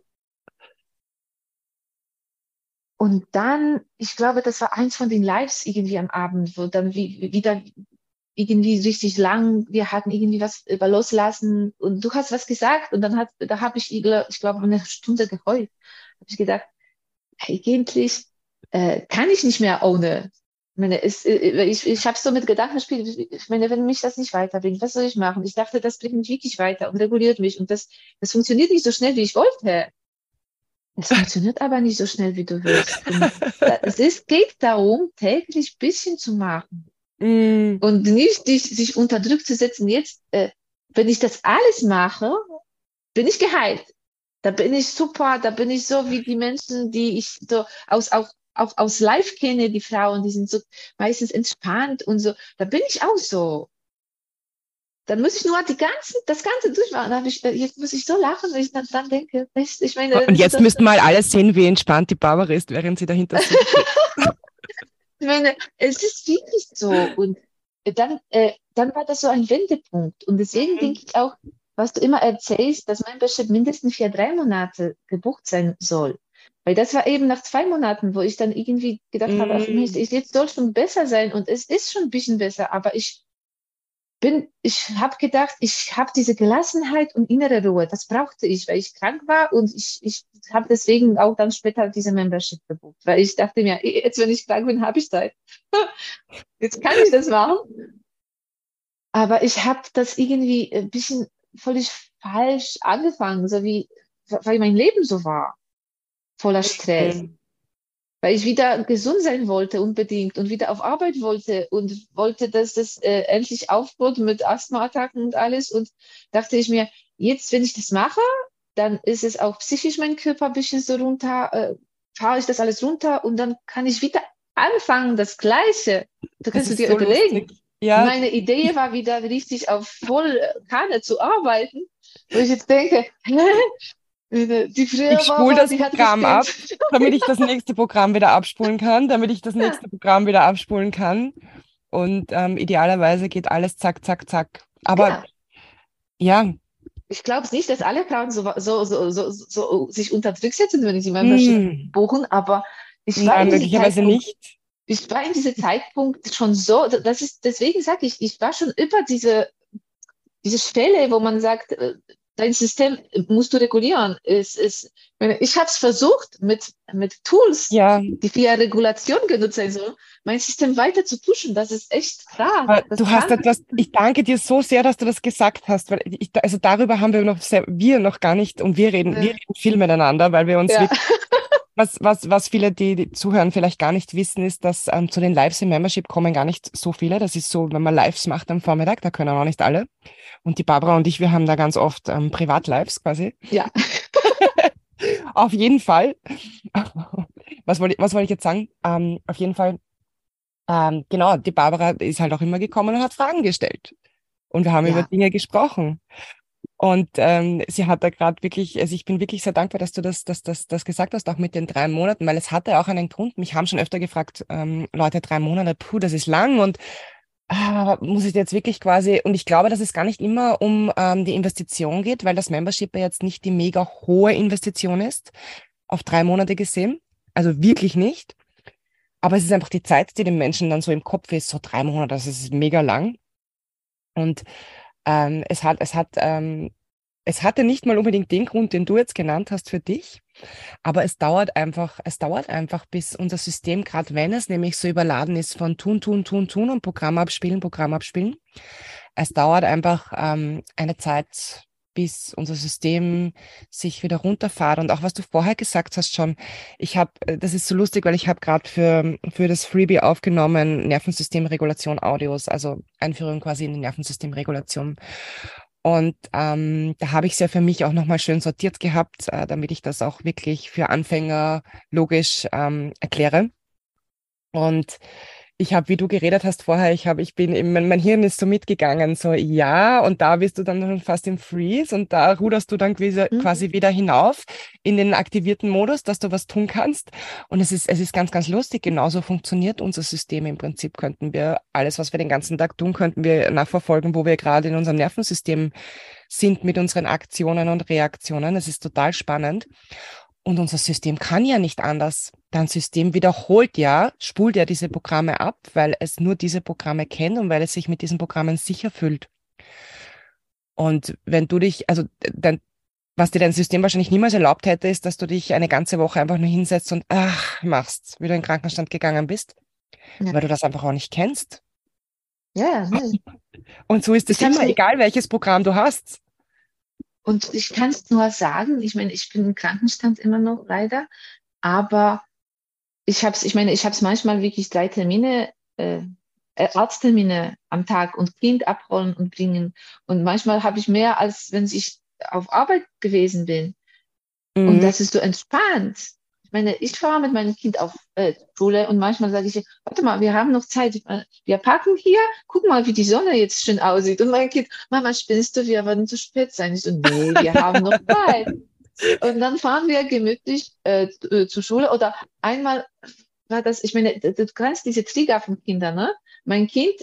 Und dann, ich glaube, das war eins von den Lives irgendwie am Abend, wo dann wieder irgendwie richtig lang, wir hatten irgendwie was über Loslassen und du hast was gesagt und da habe ich glaube, eine Stunde geheult. Habe ich gedacht, eigentlich kann ich nicht mehr ohne. Ich habe so mit Gedanken gespielt. Ich meine, wenn mich das nicht weiterbringt, was soll ich machen? Ich dachte, das bringt mich wirklich weiter und reguliert mich und das funktioniert nicht so schnell, wie ich wollte. Es funktioniert aber nicht so schnell, wie du willst. Und geht darum, täglich ein bisschen zu machen Mhm. und nicht sich unter Druck zu setzen. Jetzt, wenn ich das alles mache, bin ich geheilt. Da bin ich super, da bin ich so wie die Menschen, die ich so auch aus Live kenne, die Frauen, die sind so meistens entspannt und so. Da bin ich auch so. Dann muss ich nur das Ganze durchmachen. Jetzt muss ich so lachen, wenn ich dann denke, ich meine, Und jetzt müssten mal alle sehen, wie entspannt die Barbara ist, während sie dahinter sitzt. ich meine, es ist wirklich so. Und dann war das so ein Wendepunkt. Und deswegen Mhm. denke ich auch, was du immer erzählst, dass Membership mindestens für 3 Monate gebucht sein soll. Weil das war eben nach 2 Monaten, wo ich dann irgendwie gedacht habe, ach Mensch, Mhm. jetzt soll schon besser sein. Und es ist schon ein bisschen besser, aber ich habe gedacht, ich habe diese Gelassenheit und innere Ruhe. Das brauchte ich, weil ich krank war und ich habe deswegen auch dann später diese Membership gebucht, weil ich dachte mir, jetzt, wenn ich krank bin, habe ich Zeit. Jetzt kann ich das machen. Aber ich habe das irgendwie ein bisschen völlig falsch angefangen, weil mein Leben so war, voller Stress. Mhm. weil ich wieder gesund sein wollte unbedingt und wieder auf Arbeit wollte und wollte, dass das endlich aufhört mit Asthmaattacken und alles. Und dachte ich mir, jetzt, wenn ich das mache, dann ist es auch psychisch mein Körper ein bisschen so runter, fahre ich das alles runter und dann kann ich wieder anfangen, das Gleiche. Du Das kannst du ist dir so überlegen. lustig. Ja, Meine Idee war wieder richtig auf voll Kanne zu arbeiten, wo ich jetzt denke, die ich frühere spule Mama, das die hat Programm ab, bestimmt. damit ich das nächste Programm wieder abspulen kann, damit ich das Ja, nächste Programm wieder abspulen kann. Und idealerweise geht alles zack, zack, zack. Aber genau. ja, Ich glaube nicht, dass alle Frauen so sich unter Druck setzen, wenn sie Membership hm, buchen, aber ich war in nein, diesem möglicherweise Zeitpunkt, nicht. ich war in diesem Zeitpunkt schon so, das ist, deswegen sage ich war schon über diese Stelle, wo man sagt, dein System musst du regulieren. Ich habe es versucht mit Tools, Ja, die für Regulation genutzt sein sollen, mein System weiter zu pushen. Das ist echt krass. aber Das du hast kann. etwas, ich danke dir so sehr, dass du das gesagt hast, weil also darüber haben wir noch gar nicht und wir äh, reden viel miteinander, weil wir uns ja, wirklich, was viele, die zuhören, vielleicht gar nicht wissen, ist, dass zu den Lives im Membership kommen gar nicht so viele. Das ist so, wenn man Lives macht am Vormittag, da können auch nicht alle. Und die Barbara und ich, wir haben da ganz oft Privat-Lives quasi. ja, Auf jeden Fall. Was wollte ich jetzt sagen? Auf jeden Fall, genau, die Barbara ist halt auch immer gekommen und hat Fragen gestellt. Und wir haben über ja, Dinge gesprochen. Und sie hat da gerade wirklich, also ich bin wirklich sehr dankbar, dass du das gesagt hast, auch mit den 3 Monaten, weil es hatte auch einen Grund. Mich haben schon öfter gefragt, Leute, 3 Monate, puh, das ist lang und muss ich jetzt wirklich quasi, und ich glaube, dass es gar nicht immer um die Investition geht, weil das Membership ja jetzt nicht die mega hohe Investition ist, auf 3 Monate gesehen. Also wirklich nicht. Aber es ist einfach die Zeit, die den Menschen dann so im Kopf ist, so 3 Monate, das ist mega lang. Und ähm, es hat, es hat, ähm, es hatte nicht mal unbedingt den Grund, den du jetzt genannt hast für dich, aber es dauert einfach, bis unser System, gerade wenn es nämlich so überladen ist von tun, tun, tun, tun und Programm abspielen, es dauert einfach eine Zeit, bis unser System sich wieder runterfährt. Und auch was du vorher gesagt hast schon, das ist so lustig, weil ich habe gerade für das Freebie aufgenommen, Nervensystemregulation Audios, also Einführung quasi in die Nervensystemregulation. Und da habe ich es ja für mich auch nochmal schön sortiert gehabt, damit ich das auch wirklich für Anfänger logisch erkläre. Und ich habe, wie du geredet hast vorher, ich bin eben, mein Hirn ist so mitgegangen, so ja, und da bist du dann schon fast im Freeze und da ruderst du dann mhm. quasi wieder hinauf in den aktivierten Modus, dass du was tun kannst. Und es ist ganz, ganz lustig. Genauso funktioniert unser System im Prinzip. Könnten wir alles, was wir den ganzen Tag tun, könnten wir nachverfolgen, wo wir gerade in unserem Nervensystem sind mit unseren Aktionen und Reaktionen. Das ist total spannend. Und unser System kann ja nicht anders. Dein System wiederholt ja, spult ja diese Programme ab, weil es nur diese Programme kennt und weil es sich mit diesen Programmen sicher fühlt. Und wenn du dich, also was dir dein System wahrscheinlich niemals erlaubt hätte, ist, dass du dich eine ganze Woche einfach nur hinsetzt und machst, wie du in den Krankenstand gegangen bist, Ja, weil du das einfach auch nicht kennst. ja, ja, nee. Und so ist es Ich hab's immer, mir, egal welches Programm du hast. und ich kann es nur sagen, ich meine, ich bin im Krankenstand immer noch leider, aber ich habe es manchmal wirklich 3 Termine, Arzttermine am Tag und Kind abholen und bringen. Und manchmal habe ich mehr, als wenn ich auf Arbeit gewesen bin. Und Mhm. das ist so entspannt. Ich meine, ich fahre mit meinem Kind auf Schule und manchmal sage ich, warte mal, wir haben noch Zeit. Wir parken hier, guck mal, wie die Sonne jetzt schön aussieht. Und mein Kind, Mama, spinnst du, wir werden zu spät sein. Ich so, nee, wir haben noch Zeit. Und dann fahren wir gemütlich zur Schule. Oder einmal war das, ich meine, du kennst diese Trigger von Kindern, ne? Mein Kind,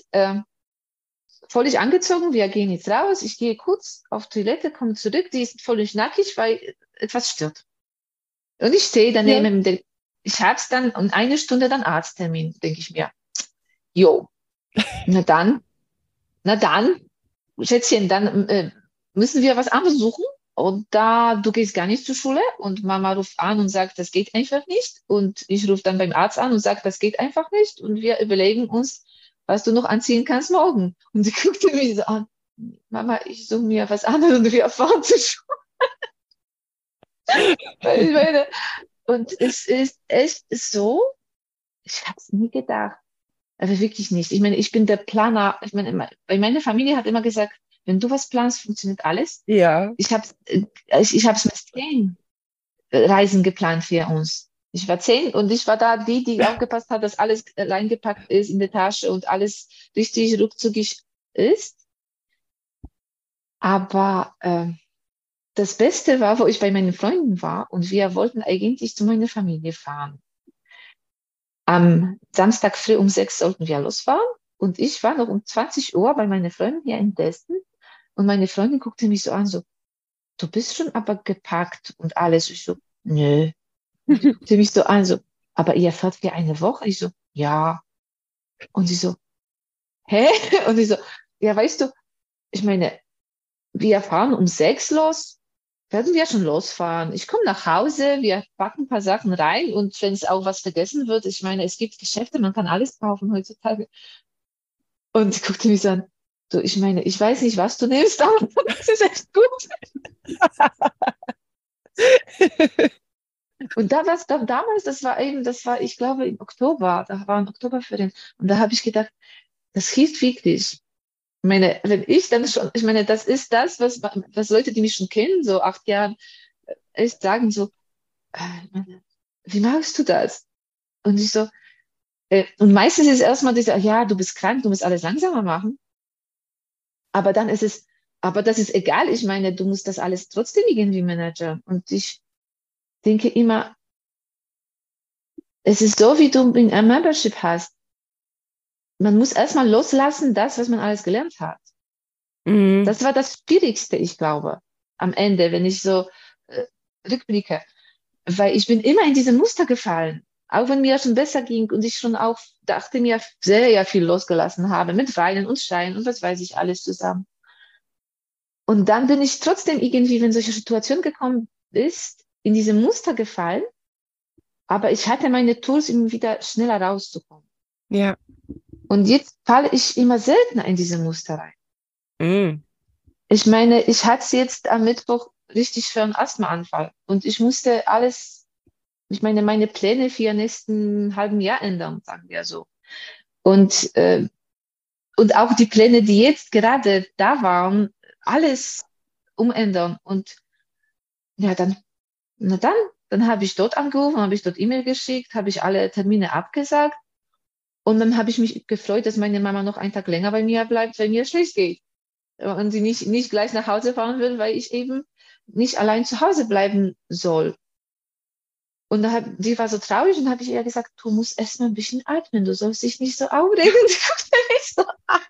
völlig angezogen, wir gehen jetzt raus. Ich gehe kurz auf Toilette, komme zurück, die ist völlig nackig, weil etwas stört. Und ich stehe Ja. daneben, ich habe es dann um eine Stunde dann Arzttermin, denke ich mir. Jo, na dann, na dann, Schätzchen, dann müssen wir was anderes suchen. Und da, du gehst gar nicht zur Schule und Mama ruft an und sagt, das geht einfach nicht. Und ich rufe dann beim Arzt an und sage, das geht einfach nicht. Und wir überlegen uns, was du noch anziehen kannst morgen. Und sie guckte mich so an, Mama, ich suche mir was anderes und wir fahren zur Schule. Weil ich meine, Und es ist echt so, ich habe es nie gedacht. Also wirklich nicht. Ich meine, ich bin der Planer. Ich meine, weil meine Familie hat immer gesagt, wenn du was planst, funktioniert alles. Ja. Ich hab's mit 10 Reisen geplant für uns. Ich war 10 und ich war da die aufgepasst hat, dass alles reingepackt ist in die Tasche und alles richtig ruckzuckig ist. Aber das Beste war, wo ich bei meinen Freunden war und wir wollten eigentlich zu meiner Familie fahren. Am Samstag früh um 6 sollten wir losfahren und ich war noch um 20 Uhr bei meinen Freunden hier in Dresden und meine Freundin guckte mich so an, so, du bist schon aber gepackt und alles. Ich so, nö. Und die guckte mich so an, so, aber ihr fahrt für eine Woche? Ich so, ja. Und sie so, hä? Und ich so, ja, weißt du, ich meine, wir fahren um 6 los, werden wir schon losfahren. Ich komme nach Hause, wir packen ein paar Sachen rein und wenn es auch was vergessen wird, ich meine, es gibt Geschäfte, man kann alles kaufen heutzutage. Und sie guckte mich so an, so, ich meine, ich weiß nicht, was du nimmst, aber das ist echt gut. Und da war es damals, das war, ich glaube, im Oktober, da waren Oktoberferien. Und da habe ich gedacht, das hilft wirklich. Ich meine, wenn ich dann schon, ich meine, das ist das, was Leute, die mich schon kennen, so 8 Jahren, echt sagen so, wie machst du das? Und ich so, und meistens ist erstmal dieser, ja, du bist krank, du musst alles langsamer machen. Aber dann ist es, aber das ist egal. Ich meine, du musst das alles trotzdem irgendwie managen. Und ich denke immer, es ist so, wie du in einem Membership hast. Man muss erstmal loslassen, das, was man alles gelernt hat. Mhm. Das war das Schwierigste, ich glaube, am Ende, wenn ich so rückblicke. Weil ich bin immer in diese Muster gefallen. Auch wenn mir schon besser ging und ich schon auch dachte mir sehr ja viel losgelassen habe mit Weinen und Schreien und was weiß ich alles zusammen. Und dann bin ich trotzdem irgendwie, wenn solche Situationen gekommen ist, in diese Muster gefallen. Aber ich hatte meine Tools, um wieder schneller rauszukommen. Ja. Und jetzt falle ich immer seltener in diese Muster rein. Mhm. Ich meine, ich hatte jetzt am Mittwoch richtig schweren Asthmaanfall und ich musste alles, ich meine, meine Pläne für den nächsten halben Jahr ändern, sagen wir so. Und, äh, und auch die Pläne, die jetzt gerade da waren, alles umändern. Und ja, na dann habe ich dort angerufen, habe ich dort E-Mail geschickt, habe ich alle Termine abgesagt und dann habe ich mich gefreut, dass meine Mama noch einen Tag länger bei mir bleibt, weil mir schlecht geht. Und sie nicht gleich nach Hause fahren will, weil ich eben nicht allein zu Hause bleiben soll. Und sie war so traurig und habe ich ihr gesagt, du musst erst mal ein bisschen atmen, du sollst dich nicht so aufregen. Und sie guckte mich so an.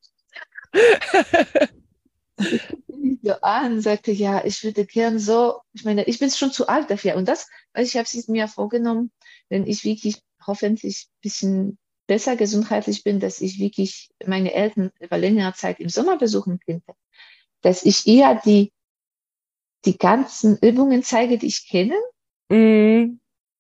Und sie guckte mich so an und sagte, ja, ich würde gern so, ich meine, ich bin schon zu alt dafür. Und das, weil ich habe es mir vorgenommen, wenn ich wirklich hoffentlich ein bisschen besser gesundheitlich bin, dass ich wirklich meine Eltern über längere Zeit im Sommer besuchen könnte, dass ich eher die ganzen Übungen zeige, die ich kenne. Mhm.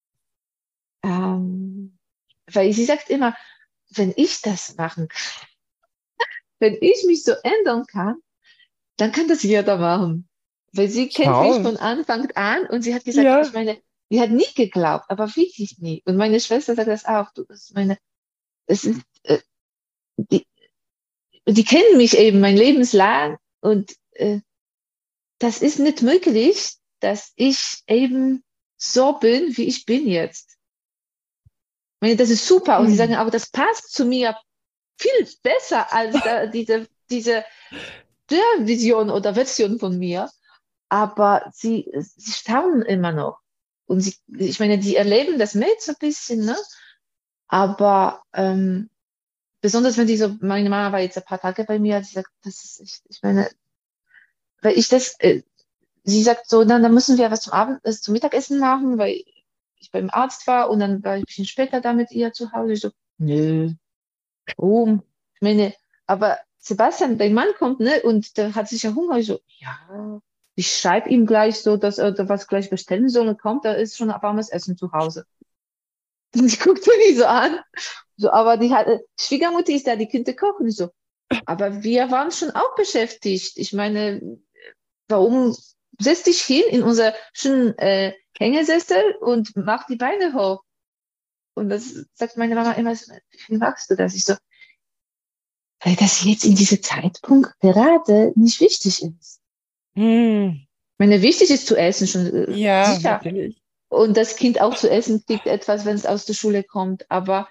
Ähm, weil sie sagt immer, wenn ich das machen kann, wenn ich mich so ändern kann, dann kann das jeder machen. Weil sie kennt mich Schau. von Anfang an und sie hat gesagt, ich Ja. meine, sie hat nie geglaubt, aber wirklich nie. Und meine Schwester sagt das auch. Es ist, die, die kennen mich eben mein Lebenslang und das ist nicht möglich, dass ich eben so bin, wie ich bin jetzt. Ich meine, das ist super. Und sie sagen, Mhm. aber das passt zu mir viel besser als diese der Vision oder Version von mir. Aber sie staunen immer noch. Und ich meine, die erleben das mit so ein bisschen, ne? Aber besonders wenn die so, meine Mama war jetzt ein paar Tage bei mir, sie sagt, das ist echt, ich meine, weil ich das, sie sagt so, dann müssen wir was zum Mittagessen machen, weil ich beim Arzt war und dann war ich ein bisschen später da mit ihr zu Hause. Ich so, nö, oh, ich meine, aber Sebastian, dein Mann kommt, ne? Und der hat sicher Hunger. Ich so, ja, ich schreibe ihm gleich so, dass er da was gleich bestellen soll und kommt, da ist schon ein warmes Essen zu Hause. Und ich guckte mich so an. So, aber Schwiegermutter ist da, die könnte kochen. Ich so, aber wir waren schon auch beschäftigt. Ich meine, warum setz dich hin in unser schönen Hängesessel und mach die Beine hoch. Und das sagt meine Mama immer so, wie viel machst du das? Ich so, weil das jetzt in diesem Zeitpunkt gerade nicht wichtig ist. Hm. Ich meine, wichtig ist zu essen, schon Ja, sicher. natürlich. Und das Kind auch zu essen kriegt etwas, wenn es aus der Schule kommt. Aber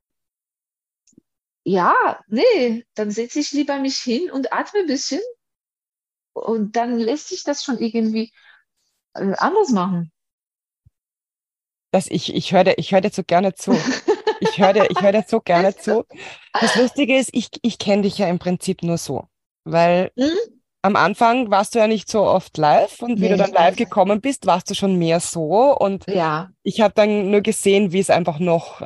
ja, nee, dann setze ich lieber mich hin und atme ein bisschen und dann lässt sich das schon irgendwie anders machen. Ich hör dir so gerne zu. Ich hör dir so gerne zu. Das Lustige ist, ich kenne dich ja im Prinzip nur so, weil Hm? am Anfang warst du ja nicht so oft live und wie du Nee, dann ich live weiß. gekommen bist, warst du schon mehr so und Ja, ich habe dann nur gesehen, wie es einfach noch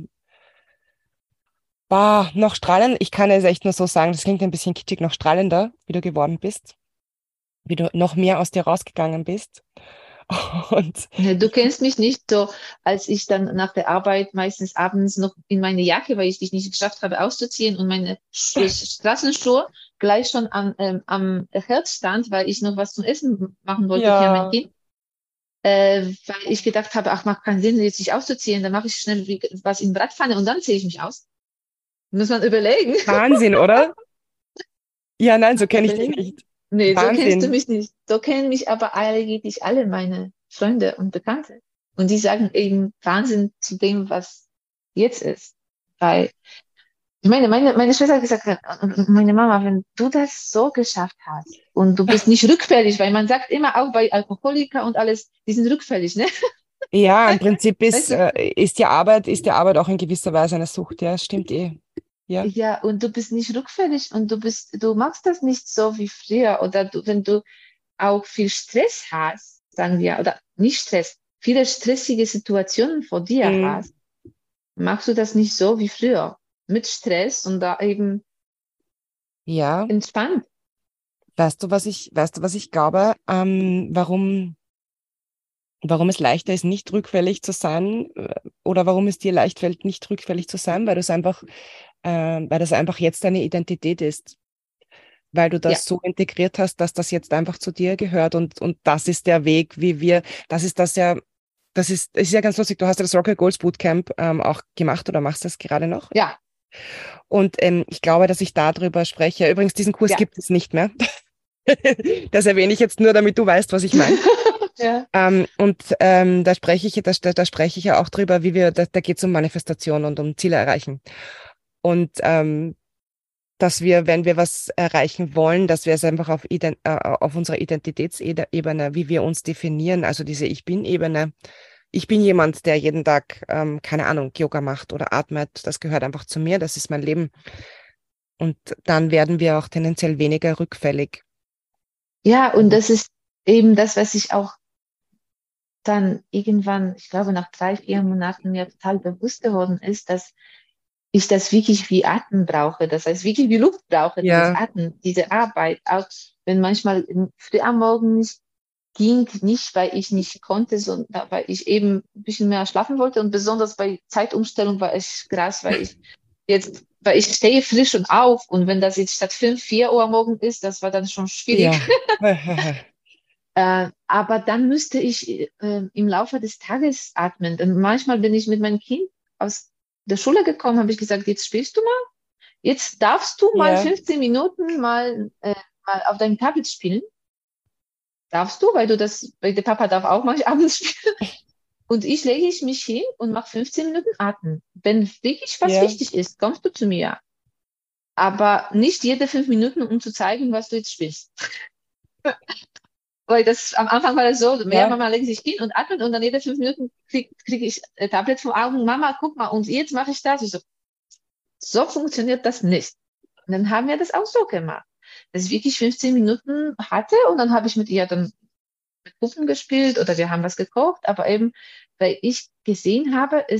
war, noch strahlend. Ich kann es echt nur so sagen, das klingt ein bisschen kitschig, noch strahlender, wie du geworden bist, wie du noch mehr aus dir rausgegangen bist. Und ne, du ich, kennst mich nicht so, als ich dann nach der Arbeit meistens abends noch in meine Jacke, weil ich dich nicht geschafft habe auszuziehen und meine Straßenschuhe gleich schon am Herd stand, weil ich noch was zum Essen machen wollte für mein ja, Kind. Weil ich gedacht habe, ach, macht keinen Sinn, jetzt sich auszuziehen, dann mache ich schnell was in die Bratpfanne und dann ziehe ich mich aus. Muss man überlegen. Wahnsinn, oder? Ja, nein, so kenne ich dich Überlegen. nicht. Nee, so kennst du Wahnsinn. mich nicht. So kennen mich aber eigentlich alle meine Freunde und Bekannte. Und die sagen eben Wahnsinn zu dem, was jetzt ist. Weil, ich meine Schwester hat gesagt, und meine Mama, wenn du das so geschafft hast und du bist nicht rückfällig, weil man sagt immer auch bei Alkoholiker und alles, die sind rückfällig, ne? Ja, im Prinzip Weißt du? ist die Arbeit auch in gewisser Weise eine Sucht. Ja, stimmt eh. Ja. Ja, und du bist nicht rückfällig und du machst das nicht so wie früher oder wenn du auch viel Stress hast, sagen wir, oder nicht Stress, viele stressige Situationen vor dir Mm, hast, machst du das nicht so wie früher. Mit Stress und da eben ja. entspannt. Weißt du, was ich glaube, warum es leichter ist, nicht rückfällig zu sein, oder warum es dir leicht fällt, nicht rückfällig zu sein, weil das einfach jetzt deine Identität ist, weil du Ja, das so integriert hast, dass das jetzt einfach zu dir gehört und das ist der Weg, wie wir, das ist das ja, das ist ja ganz lustig. Du hast ja das Rocket Goals Bootcamp auch gemacht oder machst das gerade noch. ja, Und ich glaube, dass ich darüber spreche. Übrigens, diesen Kurs ja. gibt es nicht mehr. Das erwähne ich jetzt nur, damit du weißt, was ich meine. Ja, Da spreche ich ja auch drüber, da geht es um Manifestation und um Ziele erreichen. Und dass wir, wenn wir was erreichen wollen, dass wir es einfach auf unserer Identitätsebene, wie wir uns definieren, also diese Ich bin-Ebene. Ich bin jemand, der jeden Tag, keine Ahnung, Yoga macht oder atmet. Das gehört einfach zu mir, das ist mein Leben. Und dann werden wir auch tendenziell weniger rückfällig. ja, und Also, das ist eben das, was ich auch dann irgendwann, ich glaube, nach 3, 4 Monaten mir total bewusst geworden ist, dass ich das wirklich wie Atmen brauche. Das heißt, wirklich wie Luft brauche, dieses ja, Atmen, diese Arbeit. Auch wenn manchmal früh am Morgen nicht ging, nicht, weil ich nicht konnte, sondern weil ich eben ein bisschen mehr schlafen wollte. Und besonders bei Zeitumstellung war es krass, weil ich stehe frisch und auf. Und wenn das jetzt statt 5, 4 Uhr morgen ist, das war dann schon schwierig. ja, Aber dann müsste ich im Laufe des Tages atmen. Und manchmal bin ich mit meinem Kind aus der Schule gekommen, habe ich gesagt, jetzt spielst du mal. Jetzt darfst du mal ja, 15 Minuten mal auf deinem Tablet spielen. Darfst du, weil der Papa darf auch mal abends spielen. Und lege ich mich hin und mache 15 Minuten Atmen. Wenn wirklich was ja, wichtig ist, kommst du zu mir. Aber nicht jede 5 Minuten, um zu zeigen, was du jetzt spielst. Weil das am Anfang war das so, ja, ja, Mama legt sich hin und atmet und dann jede 5 Minuten krieg ich Tablet vor Augen, Mama, guck mal, und jetzt mache ich das. Ich so, so funktioniert das nicht. Und dann haben wir das auch so gemacht, dass ich wirklich 15 Minuten hatte und dann habe ich mit ihr dann mit Puppen gespielt oder wir haben was gekocht, aber eben, weil ich gesehen habe,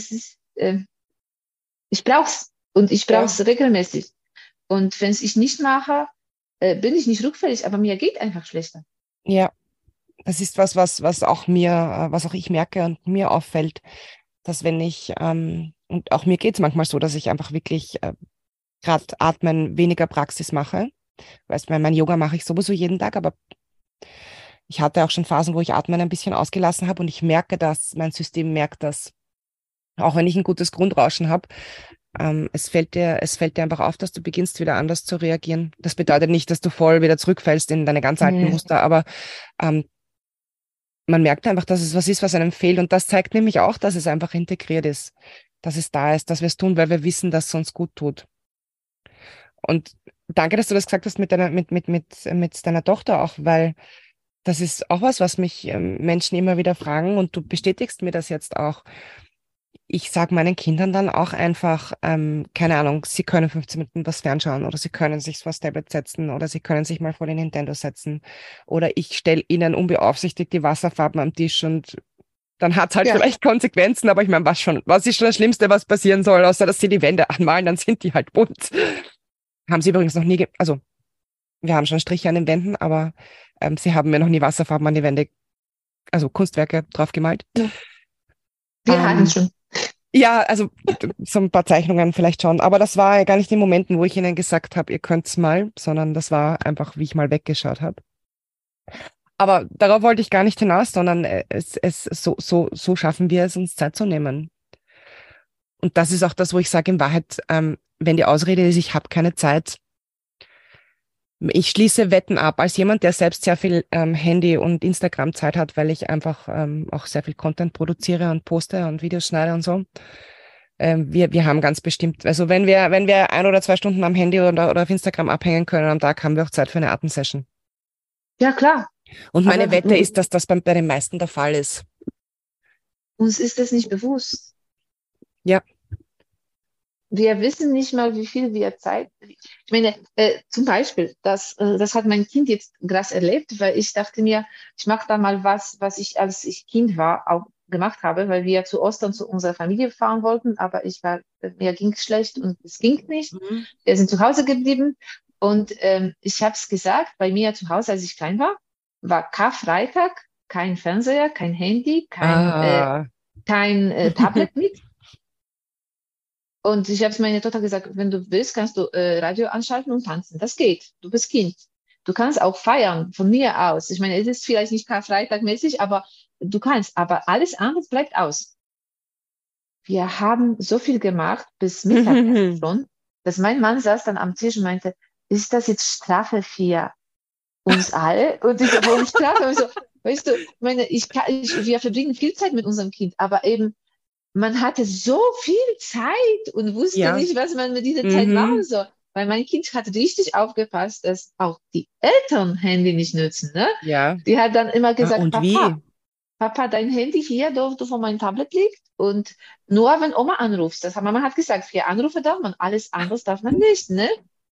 ich brauche es und ich brauche ja, es regelmäßig. Und wenn es ich nicht mache, bin ich nicht rückfällig, aber mir geht einfach schlechter. ja. Das ist was auch ich merke und mir auffällt, dass wenn und auch mir geht es manchmal so, dass ich einfach wirklich gerade Atmen weniger Praxis mache. Weißt du, mein Yoga mache ich sowieso jeden Tag, aber Ich hatte auch schon Phasen, wo ich Atmen ein bisschen ausgelassen habe und ich merke das, mein System merkt das. Auch wenn ich ein gutes Grundrauschen habe, es fällt dir einfach auf, dass du beginnst wieder anders zu reagieren. Das bedeutet nicht, dass du voll wieder zurückfällst in deine ganz alten Nee. Muster, aber ähm, man merkt einfach, dass es was ist, was einem fehlt. Und das zeigt nämlich auch, dass es einfach integriert ist, dass es da ist, dass wir es tun, weil wir wissen, dass es uns gut tut. Und danke, dass du das gesagt hast mit deiner Tochter auch, weil das ist auch was, was mich Menschen immer wieder fragen und du bestätigst mir das jetzt auch. Ich sage meinen Kindern dann auch einfach, keine Ahnung, sie können 15 Minuten was fernschauen oder sie können sich vor das Tablet setzen oder sie können sich mal vor den Nintendo setzen oder ich stelle ihnen unbeaufsichtigt die Wasserfarben am Tisch und dann hat es halt Ja, vielleicht Konsequenzen, aber ich meine, was ist schon das Schlimmste, was passieren soll, außer dass sie die Wände anmalen, dann sind die halt bunt. Haben sie übrigens noch nie, also wir haben schon Striche an den Wänden, aber sie haben mir noch nie Wasserfarben an die Wände, also Kunstwerke drauf gemalt. ja. Wir hatten Ähm, schon. ja, also so ein paar Zeichnungen vielleicht schon, aber das war ja gar nicht in Momenten, wo ich ihnen gesagt habe, ihr könnt's mal, sondern das war einfach, wie ich mal weggeschaut habe. Aber darauf wollte ich gar nicht hinaus, sondern so schaffen wir es, uns Zeit zu nehmen. Und das ist auch das, wo ich sage, in Wahrheit, wenn die Ausrede ist, ich habe keine Zeit. Ich schließe Wetten ab. Als jemand, der selbst sehr viel Handy- und Instagram-Zeit hat, weil ich einfach auch sehr viel Content produziere und poste und Videos schneide und so. Wir haben ganz bestimmt, also wenn wir 1 oder 2 Stunden am Handy oder auf Instagram abhängen können am Tag, haben wir auch Zeit für eine Atemsession. Ja, klar. Und Aber meine Wette ist, dass das bei den meisten der Fall ist. uns ist das nicht bewusst. Ja. Wir wissen nicht mal, wie viel wir Zeit. Ich meine, zum Beispiel, das hat mein Kind jetzt krass erlebt, weil ich dachte mir, ich mache da mal was ich, als ich Kind war, auch gemacht habe, weil wir zu Ostern zu unserer Familie fahren wollten, aber mir ging es schlecht und es ging nicht. Mhm. Wir sind zu Hause geblieben und ich habe es gesagt, bei mir zu Hause, als ich klein war Karfreitag, kein Fernseher, kein Handy, Ah. kein Tablet mit. Und ich habe es meiner Tochter gesagt, wenn du willst, kannst du Radio anschalten und tanzen. Das geht. Du bist Kind. Du kannst auch feiern, von mir aus. Ich meine, es ist vielleicht nicht Karfreitag-mäßig, aber du kannst. Aber alles andere bleibt aus. Wir haben so viel gemacht, bis Mittagessen schon, dass mein Mann saß dann am Tisch und meinte, ist das jetzt Strafe für uns alle? Und ich so, warum Strafe? Und ich so, weißt du, wir verbringen viel Zeit mit unserem Kind, aber eben man hatte so viel Zeit und wusste Ja. nicht, was man mit dieser Zeit machen Mhm. soll. Weil mein Kind hat richtig aufgepasst, dass auch die Eltern Handy nicht nutzen. Ne? Ja. Die hat dann immer gesagt, Und wie? Papa, dein Handy hier, du vor meinem Tablet liegt. Und nur wenn Oma anruft, Mama hat gesagt, 4 Anrufe darf man, alles anderes darf man nicht. Ne?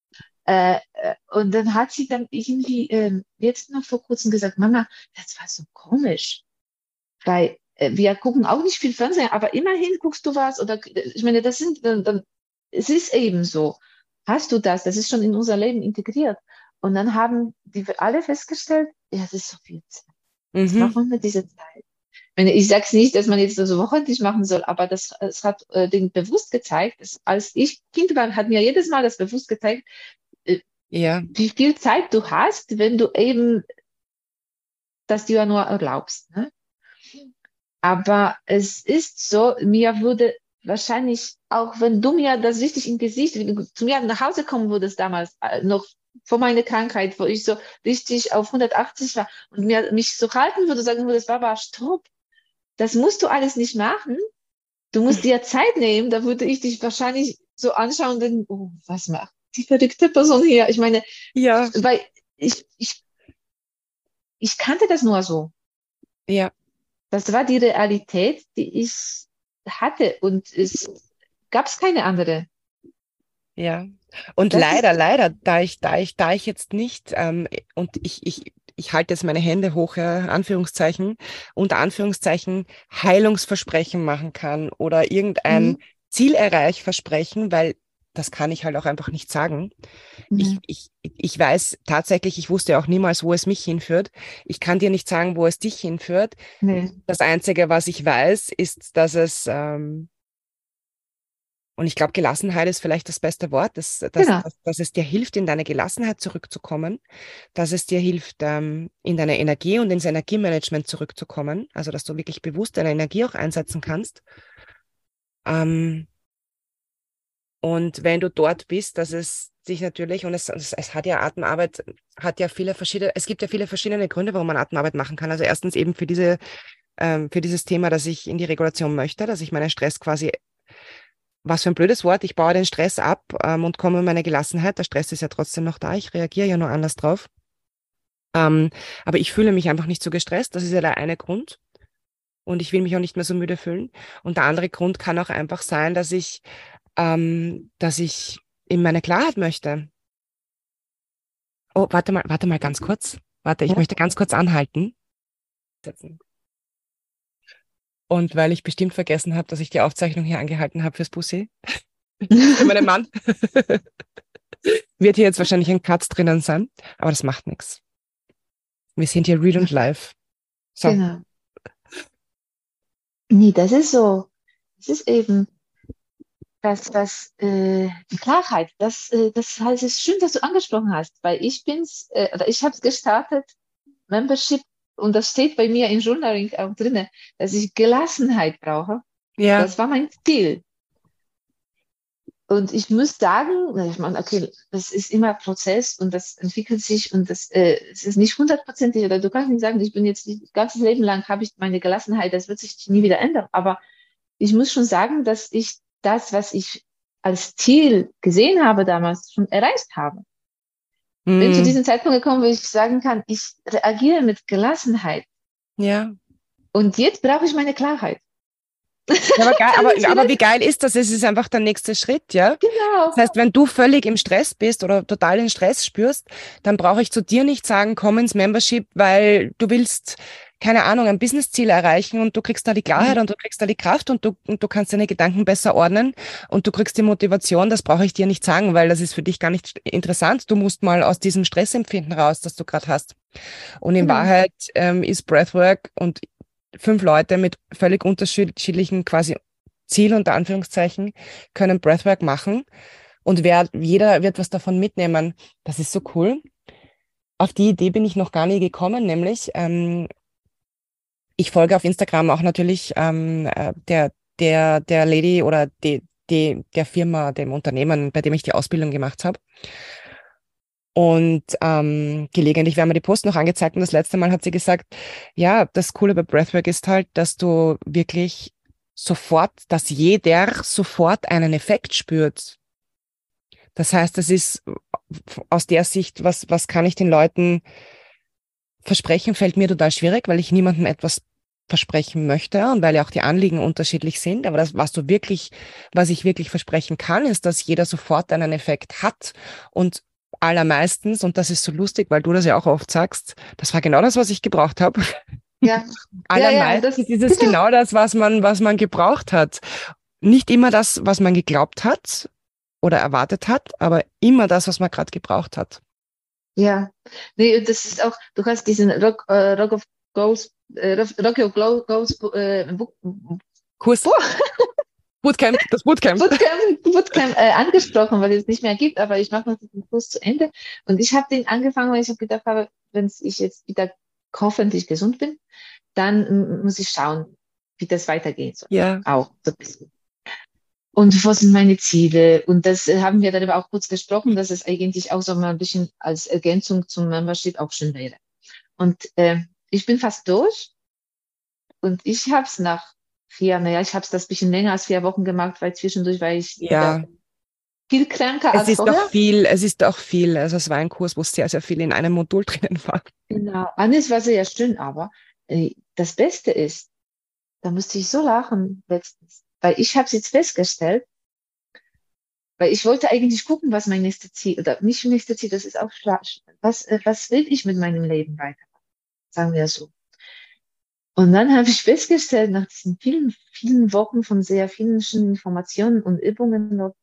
Und dann hat sie dann irgendwie jetzt noch vor kurzem gesagt, Mama, das war so komisch. Weil wir gucken auch nicht viel Fernsehen, aber immerhin guckst du was. Oder ich meine, es ist eben so. Hast du das? Das ist schon in unser Leben integriert. Und dann haben die alle festgestellt, ja, das ist so viel Zeit. Was macht Mhm. man mit dieser Zeit? Ich sage es nicht, dass man jetzt das so wöchentlich machen soll, aber es hat den bewusst gezeigt, als ich Kind war, hat mir jedes Mal das bewusst gezeigt, äh, Ja. wie viel Zeit du hast, wenn du eben das dir nur erlaubst. Ne? Aber es ist so, mir würde wahrscheinlich, auch wenn du mir das richtig im Gesicht, wenn du zu mir nach Hause kommen würdest damals, noch vor meiner Krankheit, wo ich so richtig auf 180 war und mich so halten würde, sagen würdest, Baba, stopp, das musst du alles nicht machen. Du musst dir Zeit nehmen, da würde ich dich wahrscheinlich so anschauen und denken, oh, was macht die verrückte Person hier? Ich meine, Ja. weil ich, ich, ich kannte das nur so. Ja. Das war die Realität, die ich hatte und es gab keine andere. Ja. Und Das ist, leider, da ich jetzt nicht, und ich halte jetzt meine Hände hoch, ja, Anführungszeichen, unter Anführungszeichen Heilungsversprechen machen kann oder irgendein mhm, Zielerreichversprechen, weil das kann ich halt auch einfach nicht sagen. Ich, mhm, ich, ich weiß tatsächlich, ich wusste auch niemals, wo es mich hinführt. Ich kann dir nicht sagen, wo es dich hinführt. nee, Das Einzige, was ich weiß, ist, dass es Und ich glaube, Gelassenheit ist vielleicht das beste Wort, Genau. dass es dir hilft, in deine Gelassenheit zurückzukommen, dass es dir hilft, in deine Energie und ins Energiemanagement zurückzukommen, also dass du wirklich bewusst deine Energie auch einsetzen kannst. Ähm, und wenn du dort bist, dass es sich natürlich, und es hat ja Atemarbeit, hat ja viele verschiedene, es gibt ja viele verschiedene Gründe, warum man Atemarbeit machen kann. Also erstens eben für dieses Thema, dass ich in die Regulation möchte, dass ich meinen Stress quasi, was für ein blödes Wort, ich baue den Stress ab, und komme in meine Gelassenheit. Der Stress ist ja trotzdem noch da, ich reagiere ja nur anders drauf. Ähm, aber ich fühle mich einfach nicht so gestresst, das ist ja der eine Grund. Und ich will mich auch nicht mehr so müde fühlen. Und der andere Grund kann auch einfach sein, dass ich in meine Klarheit möchte. Oh, warte mal ganz kurz. Warte, ich Ja. möchte ganz kurz anhalten. Und weil ich bestimmt vergessen habe, dass ich die Aufzeichnung hier angehalten habe fürs Bussi, für meinen Mann, wird hier jetzt wahrscheinlich ein Cut drinnen sein, aber das macht nichts. Wir sind hier real und live. So. Genau. Nee, das ist so. Das ist eben die Klarheit. Das heißt, es ist schön, dass du angesprochen hast, weil oder ich habe es gestartet, Membership, und das steht bei mir im Journaling auch drin, dass ich Gelassenheit brauche. Ja. Das war mein Ziel. Und ich muss sagen, ich meine, okay, das ist immer Prozess und das entwickelt sich und es ist nicht hundertprozentig, oder du kannst nicht sagen, ich bin jetzt das ganze Leben lang habe ich meine Gelassenheit, das wird sich nie wieder ändern. Aber ich muss schon sagen, dass ich das, was ich als Ziel gesehen habe damals, schon erreicht habe. Bin zu Hm. diesem Zeitpunkt gekommen, wo ich sagen kann, ich reagiere mit Gelassenheit. Ja. Und jetzt brauche ich meine Klarheit. Ja, aber geil, Das ist aber wie vielleicht, geil ist das? Es ist einfach der nächste Schritt, ja? genau. Das heißt, wenn du völlig im Stress bist oder total den Stress spürst, dann brauche ich zu dir nicht sagen, komm ins Membership, weil du willst, keine Ahnung, ein Businessziel erreichen und du kriegst da die Klarheit und du kriegst da die Kraft und du kannst deine Gedanken besser ordnen und du kriegst die Motivation. Das brauche ich dir nicht sagen, weil das ist für dich gar nicht interessant. Du musst mal aus diesem Stressempfinden raus, das du gerade hast. Und in Genau. Wahrheit ist Breathwork und 5 Leute mit völlig unterschiedlichen quasi Ziel unter Anführungszeichen können Breathwork machen und jeder wird was davon mitnehmen. Das ist so cool. Auf die Idee bin ich noch gar nie gekommen, nämlich ich folge auf Instagram auch natürlich der Lady oder der Firma, dem Unternehmen, bei dem ich die Ausbildung gemacht habe. Und gelegentlich werden mir die Posts noch angezeigt. Und das letzte Mal hat sie gesagt, ja, das Coole bei Breathwork ist halt, dass du wirklich dass jeder sofort einen Effekt spürt. Das heißt, das ist aus der Sicht, was kann ich den Leuten versprechen, fällt mir total schwierig, weil ich niemandem etwas versprechen möchte und weil ja auch die Anliegen unterschiedlich sind. Aber was ich wirklich versprechen kann, ist, dass jeder sofort einen Effekt hat und allermeistens, und das ist so lustig, weil du das ja auch oft sagst, das war genau das, was ich gebraucht habe. Ja, ja, ja, Allermeistens ist es genau das, was man gebraucht hat. Nicht immer das, was man geglaubt hat oder erwartet hat, aber immer das, was man gerade gebraucht hat. ja. Nee, und das ist auch, du hast diesen Rock of Goals, Rock Your Goals Kurs, Bootcamp, das Bootcamp. Bootcamp angesprochen, weil es nicht mehr gibt, aber ich mache noch diesen Kurs zu Ende. Und ich habe den angefangen, weil ich habe gedacht habe, wenn ich jetzt wieder hoffentlich gesund bin, dann muss ich schauen, wie das weitergeht. So. Ja, Auch so ein bisschen. Und was sind meine Ziele? Und das haben wir darüber auch kurz gesprochen, dass es eigentlich auch so mal ein bisschen als Ergänzung zum Membership auch schön wäre. Und ich bin fast durch und ich habe es naja, ich habe es das bisschen länger als 4 Wochen gemacht, weil zwischendurch war ich wieder ja. viel kränker als vorher. Es ist auch viel, also es war ein Kurs, wo sehr, sehr viel in einem Modul drinnen war. Genau. Eines war sehr schön, aber das Beste ist, da musste ich so lachen letztens, weil ich habe es jetzt festgestellt, weil ich wollte eigentlich gucken, was mein nächstes Ziel, oder nicht mein nächstes Ziel, das ist auch was will ich mit meinem Leben weiter, sagen wir so. Und dann habe ich festgestellt, nach diesen vielen, vielen Wochen von sehr vielen Informationen und Übungen noch,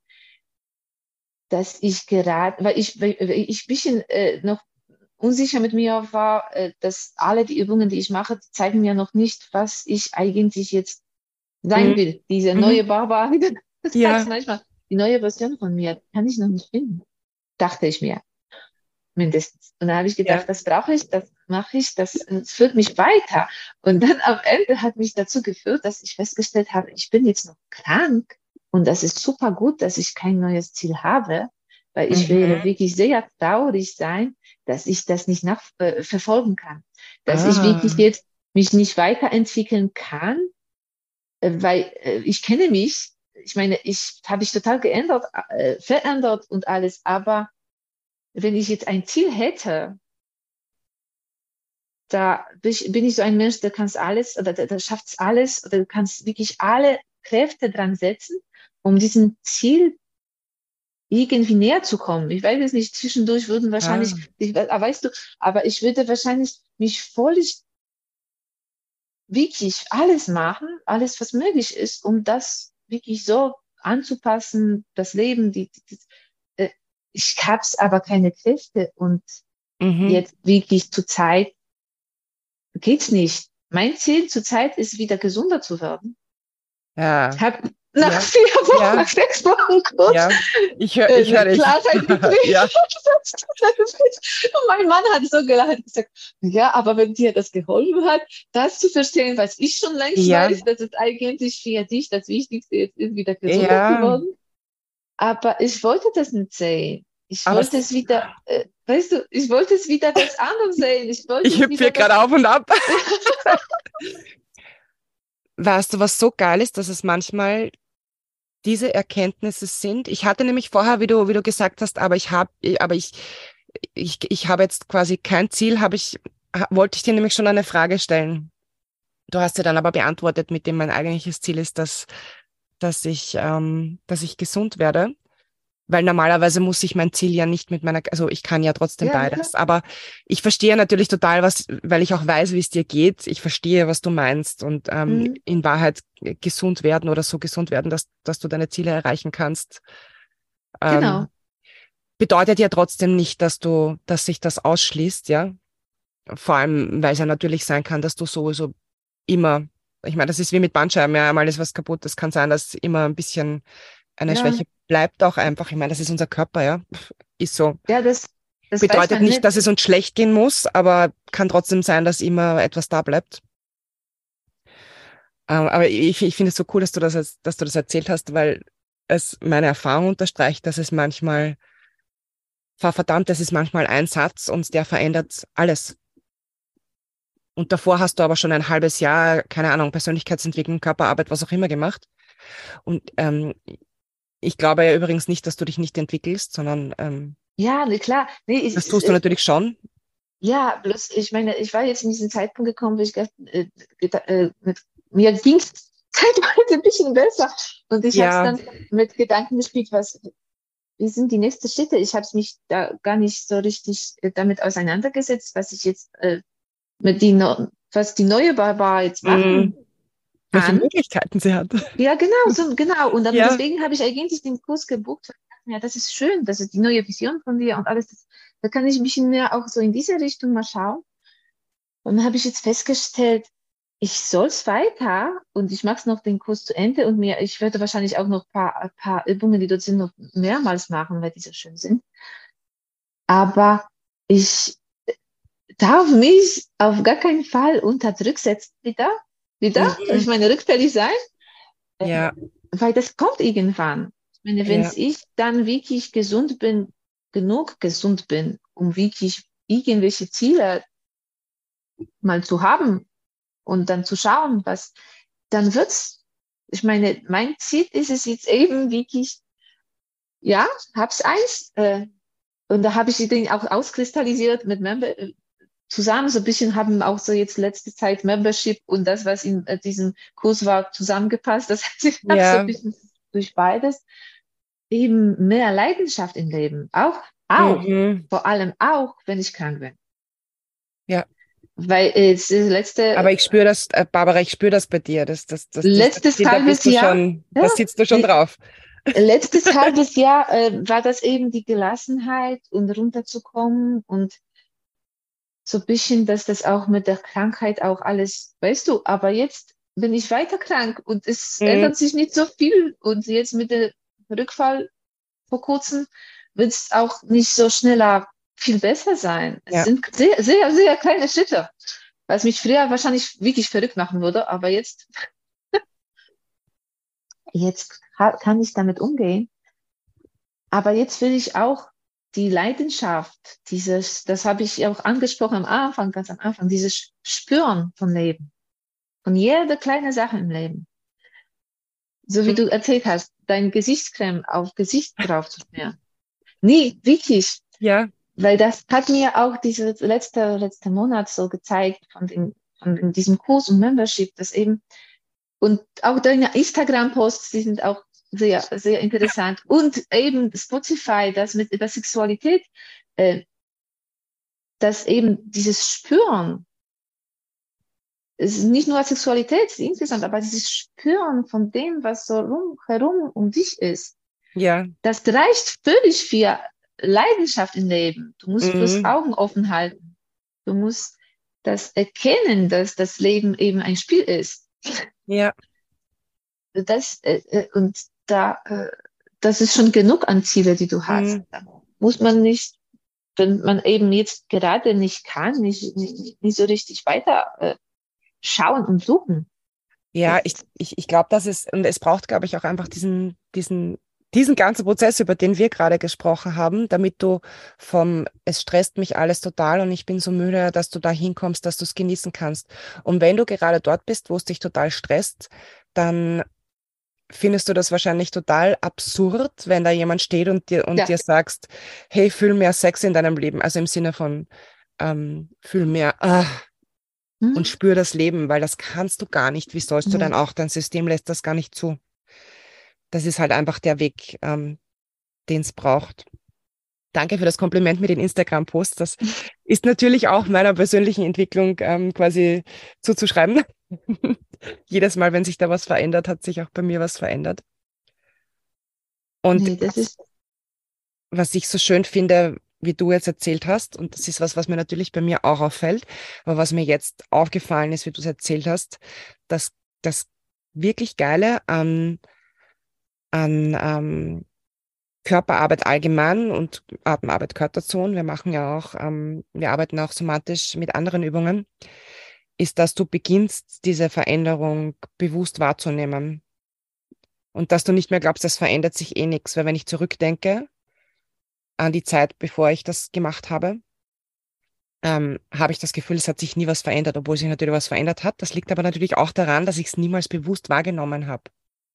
dass ich gerade, weil ich ein bisschen noch unsicher mit mir war, dass alle die Übungen, die ich mache, die zeigen mir noch nicht, was ich eigentlich jetzt sein Mhm. will. Diese Mhm. neue Barbara. Das heißt Ja, manchmal, die neue Version von mir kann ich noch nicht finden, dachte ich mir mindestens. Und da habe ich gedacht, ja. das brauche ich, das mache ich, das führt mich weiter. Und dann am Ende hat mich dazu geführt, dass ich festgestellt habe, ich bin jetzt noch krank und das ist super gut, dass ich kein neues Ziel habe, weil ich wäre Mhm. wirklich sehr traurig sein, dass ich das nicht verfolgen kann, dass ich wirklich Ah, jetzt mich nicht weiterentwickeln kann, weil ich kenne mich. Ich meine, ich habe mich total verändert und alles, aber wenn ich jetzt ein Ziel hätte, da bin ich so ein Mensch, der kann alles oder der schafft alles oder du kannst wirklich alle Kräfte dran setzen, um diesem Ziel irgendwie näher zu kommen. Ich weiß es nicht, zwischendurch würden ah. wahrscheinlich, weißt du, aber ich würde wahrscheinlich mich völlig wirklich alles machen, alles, was möglich ist, um das wirklich so anzupassen, das Leben, äh, ich habe es aber keine Kräfte und Mhm. jetzt wirklich zur Zeit geht's nicht. Mein Ziel zurzeit ist wieder gesunder zu werden. Ich Ja, habe nach ja, 4 Wochen, ja, nach 6 Wochen kurz ja. Ich höre eine dich. Klarheit gekriegt. Ja, Und mein Mann hat so gelacht und gesagt, ja, aber wenn dir das geholfen hat, das zu verstehen, was ich schon längst ja, weiß, dass es eigentlich für dich das Wichtigste jetzt ist, wieder gesunder zu ja. werden. Aber ich wollte das nicht sehen. Ich Aber wollte es wieder, weißt du, ich wollte es wieder das andere sehen. Ich wollte ich es hüpfe hier wieder das. gerade auf und ab. Weißt du, was so geil ist, dass es manchmal diese Erkenntnisse sind? Ich hatte nämlich vorher, wie du gesagt hast, ich habe jetzt quasi kein Ziel, wollte ich dir nämlich schon eine Frage stellen. Du hast ja dann aber beantwortet, mit dem mein eigentliches Ziel ist, dass ich gesund werde. Weil normalerweise muss ich mein Ziel ja nicht mit also ich kann ja trotzdem Ja, na klar. beides. Aber ich verstehe natürlich total weil ich auch weiß, wie es dir geht. Ich verstehe, was du meinst und Mhm. in Wahrheit gesund werden oder so gesund werden, dass du deine Ziele erreichen kannst, ähm, Genau. bedeutet ja trotzdem nicht, dass sich das ausschließt, ja. Vor allem, weil es ja natürlich sein kann, dass du sowieso immer, ich meine, das ist wie mit Bandscheiben, ja, einmal ist was kaputt. Es kann sein, dass immer ein bisschen eine Ja, Schwäche bleibt auch einfach. Ich meine, das ist unser Körper, ja. Ist so. ja, das weiß Bedeutet man nicht, nicht. dass es uns schlecht gehen muss, aber kann trotzdem sein, dass immer etwas da bleibt. Aber ich finde es so cool, dass du das erzählt hast, weil es meine Erfahrung unterstreicht, dass es manchmal, verdammt, das ist manchmal ein Satz und der verändert alles. Und davor hast du aber schon ein halbes Jahr, keine Ahnung, Persönlichkeitsentwicklung, Körperarbeit, was auch immer gemacht. Und ich glaube ja übrigens nicht, dass du dich nicht entwickelst, sondern Ja, ne, klar. Nee, das tust du natürlich schon. ja, bloß, ich meine, ich war jetzt in diesen Zeitpunkt gekommen, wo ich mir ging es zeitweise ein bisschen besser. Und ich habe es Ja, dann mit Gedanken gespielt, wie sind die nächsten Schritte? Ich habe mich da gar nicht so richtig damit auseinandergesetzt, was ich jetzt was die neue Barbara jetzt mh, machen welche kann. Möglichkeiten sie hat. Ja, genau, so, genau. Und dann Ja, deswegen habe ich eigentlich den Kurs gebucht. Weil ich dachte mir, ja, das ist schön, das ist die neue Vision von dir und alles. Da kann ich ein bisschen mehr auch so in diese Richtung mal schauen. Und dann habe ich jetzt festgestellt, ich soll es weiter und ich mache es noch den Kurs zu Ende und ich werde wahrscheinlich auch noch ein paar Übungen, die dort sind, noch mehrmals machen, weil die so schön sind. Aber ich darf mich auf gar keinen Fall unter Druck setzen, wieder, ich mhm. meine, rückfällig sein. Ja, Weil das kommt irgendwann. Ich meine, wenn ja, ich dann wirklich gesund bin, genug gesund bin, um wirklich irgendwelche Ziele mal zu haben und dann zu schauen, dann wird's. Ich meine, mein Ziel ist es jetzt eben wirklich, ja, hab's eins, und da habe ich den auch auskristallisiert mit zusammen, so ein bisschen haben auch so jetzt letzte Zeit Membership und das, was in diesem Kurs war, zusammengepasst. Das heißt, ich habe so ein ja, bisschen durch beides eben mehr Leidenschaft im Leben. mhm. Vor allem auch, wenn ich krank bin. Ja. Weil das Aber ich spüre das, Barbara, ich spüre das bei dir. Das letztes Ziel, da halbes bist du Jahr, schon, ja, da sitzt du schon drauf. letztes halbes Jahr war das eben die Gelassenheit und runterzukommen und so ein bisschen, dass das auch mit der Krankheit auch alles, weißt du, aber jetzt bin ich weiter krank und es Mhm. ändert sich nicht so viel. Und jetzt mit dem Rückfall vor kurzem wird es auch nicht so schneller viel besser sein. Es Ja. sind sehr, sehr, sehr kleine Schritte, was mich früher wahrscheinlich wirklich verrückt machen würde, aber jetzt kann ich damit umgehen. Aber jetzt will ich auch die Leidenschaft, das habe ich auch angesprochen am Anfang, ganz am Anfang, dieses Spüren von Leben, von jeder kleinen Sache im Leben. So wie Mhm. du erzählt hast, dein Gesichtscreme auf Gesicht drauf zu schmieren. Nee, wirklich. Ja, Weil das hat mir auch diese letzte Monat so gezeigt diesem Kurs und Membership, das eben, und auch deine Instagram-Posts, die sind auch sehr, sehr interessant. Und eben Spotify, das mit über Sexualität, äh, dass eben dieses Spüren, es ist nicht nur Sexualität insgesamt, aber dieses Spüren von dem, was so herum um dich ist, ja. das reicht völlig für Leidenschaft im Leben. Du musst bloß Mhm. Augen offen halten. Du musst das erkennen, dass das Leben eben ein Spiel ist. Ja. Und das ist schon genug an Ziele, die du hast. Mhm. Da muss man nicht, wenn man eben jetzt gerade nicht kann, nicht so richtig weiter schauen und suchen. Ja, ich glaube, dass und es braucht, glaube ich, auch einfach diesen ganzen Prozess, über den wir gerade gesprochen haben, damit du es stresst mich alles total und ich bin so müde, dass du da hinkommst, dass du es genießen kannst. Und wenn du gerade dort bist, wo es dich total stresst, dann findest du das wahrscheinlich total absurd, wenn da jemand steht und Ja. dir sagst, hey, fühl mehr Sex in deinem Leben. Also im Sinne von, fühl mehr, und Hm? spür das Leben, weil das kannst du gar nicht. Wie sollst du dann Nee. auch? Dein System lässt das gar nicht zu. Das ist halt einfach der Weg, den es braucht. Danke für das Kompliment mit den Instagram-Posts. Das ist natürlich auch meiner persönlichen Entwicklung quasi zuzuschreiben. Jedes Mal, wenn sich da was verändert, hat sich auch bei mir was verändert. Und Nee, das ist, was ich so schön finde, wie du jetzt erzählt hast, und das ist was, was mir natürlich bei mir auch auffällt, aber was mir jetzt aufgefallen ist, wie du es erzählt hast, dass das wirklich Geile an Körperarbeit allgemein und Atemarbeit gehört dazu. Und wir machen ja auch, wir arbeiten auch somatisch mit anderen Übungen, ist, dass du beginnst, diese Veränderung bewusst wahrzunehmen. Und dass du nicht mehr glaubst, das verändert sich eh nichts. Weil wenn ich zurückdenke an die Zeit, bevor ich das gemacht habe, habe ich das Gefühl, es hat sich nie was verändert, obwohl sich natürlich was verändert hat. Das liegt aber natürlich auch daran, dass ich es niemals bewusst wahrgenommen habe.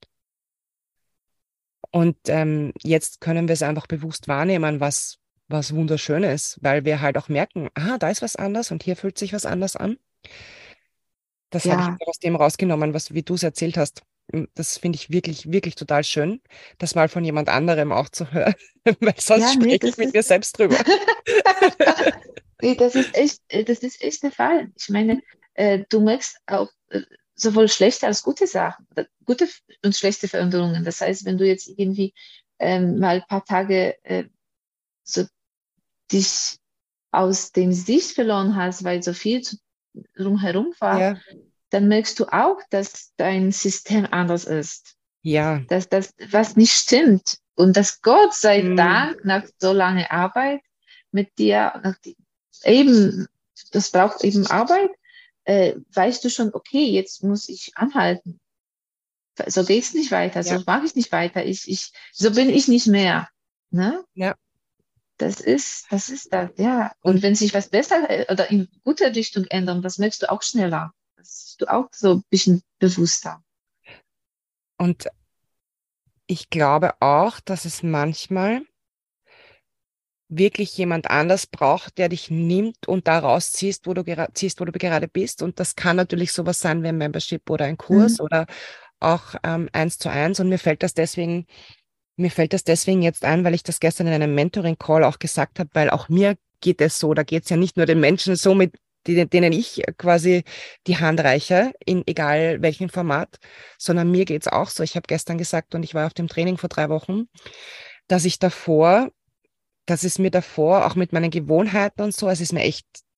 Und jetzt können wir es einfach bewusst wahrnehmen, was wunderschön ist, weil wir halt auch merken, ah, da ist was anders und hier fühlt sich was anders an. Das habe ich ja, jetzt aus dem rausgenommen, wie du es erzählt hast. Das finde ich wirklich, wirklich total schön, das mal von jemand anderem auch zu hören, weil sonst ja, nee, spreche ich das mit ist, mir selbst drüber. nee, das ist echt der Fall. Ich meine, du merkst auch sowohl schlechte als gute Sachen, oder gute und schlechte Veränderungen. Das heißt, wenn du jetzt irgendwie mal ein paar Tage so dich aus dem Sicht verloren hast, weil so viel drumherum war, Ja, dann merkst du auch, dass dein System anders ist, ja, dass das was nicht stimmt und dass Gott sei mm, Dank nach so langer Arbeit mit dir, eben, das braucht eben Arbeit, weißt du schon, okay, jetzt muss ich anhalten. So geht's nicht weiter, ja, so mache ich nicht weiter, so bin ich nicht mehr. Ne? ja. Das ist das, ja. Und Und, wenn sich was besser oder in gute Richtung ändert, das merkst du auch schneller. Das siehst du auch so ein bisschen bewusster. und ich glaube auch, dass es manchmal wirklich jemand anders braucht, der dich nimmt und da rausziehst, wo du gerade bist. Und das kann natürlich sowas sein wie ein Membership oder ein Mhm. Kurs oder auch 1:1. Und mir fällt das deswegen jetzt ein, weil ich das gestern in einem Mentoring-Call auch gesagt habe, weil auch mir geht es so, da geht es ja nicht nur den Menschen so, denen ich quasi die Hand reiche, in egal welchem Format, sondern mir geht es auch so. Ich habe gestern gesagt, und ich war auf dem Training vor 3 Wochen, dass ich davor dass es mir davor, auch mit meinen Gewohnheiten und so, es ist mir echt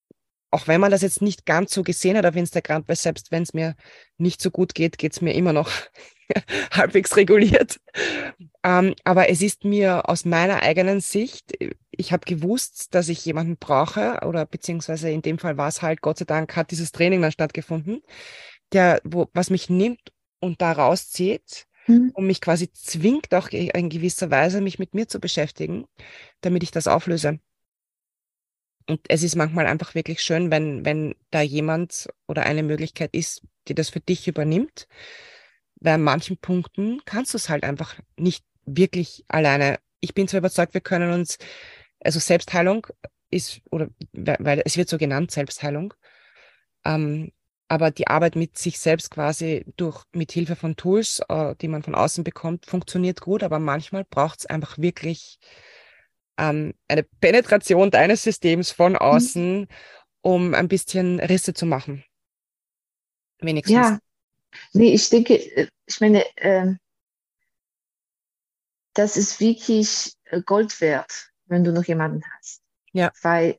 auch wenn man das jetzt nicht ganz so gesehen hat auf Instagram, weil selbst wenn es mir nicht so gut geht, geht es mir immer noch halbwegs reguliert. Aber es ist mir aus meiner eigenen Sicht, ich habe gewusst, dass ich jemanden brauche oder beziehungsweise in dem Fall war es halt, Gott sei Dank hat dieses Training dann stattgefunden, was mich nimmt und da rauszieht Mhm. und mich quasi zwingt, auch in gewisser Weise mich mit mir zu beschäftigen, damit ich das auflöse. Und es ist manchmal einfach wirklich schön, wenn da jemand oder eine Möglichkeit ist, die das für dich übernimmt. Weil an manchen Punkten kannst du es halt einfach nicht wirklich alleine. Ich bin zwar überzeugt, wir können uns, also Selbstheilung ist, oder weil es wird so genannt, Selbstheilung, ähm, aber die Arbeit mit sich selbst quasi mit Hilfe von Tools, die man von außen bekommt, funktioniert gut, aber manchmal braucht es einfach wirklich eine Penetration deines Systems von Mhm. außen, um ein bisschen Risse zu machen, wenigstens. Ja, nee, ich denke, ich meine, das ist wirklich Gold wert, wenn du noch jemanden hast. Ja, Weil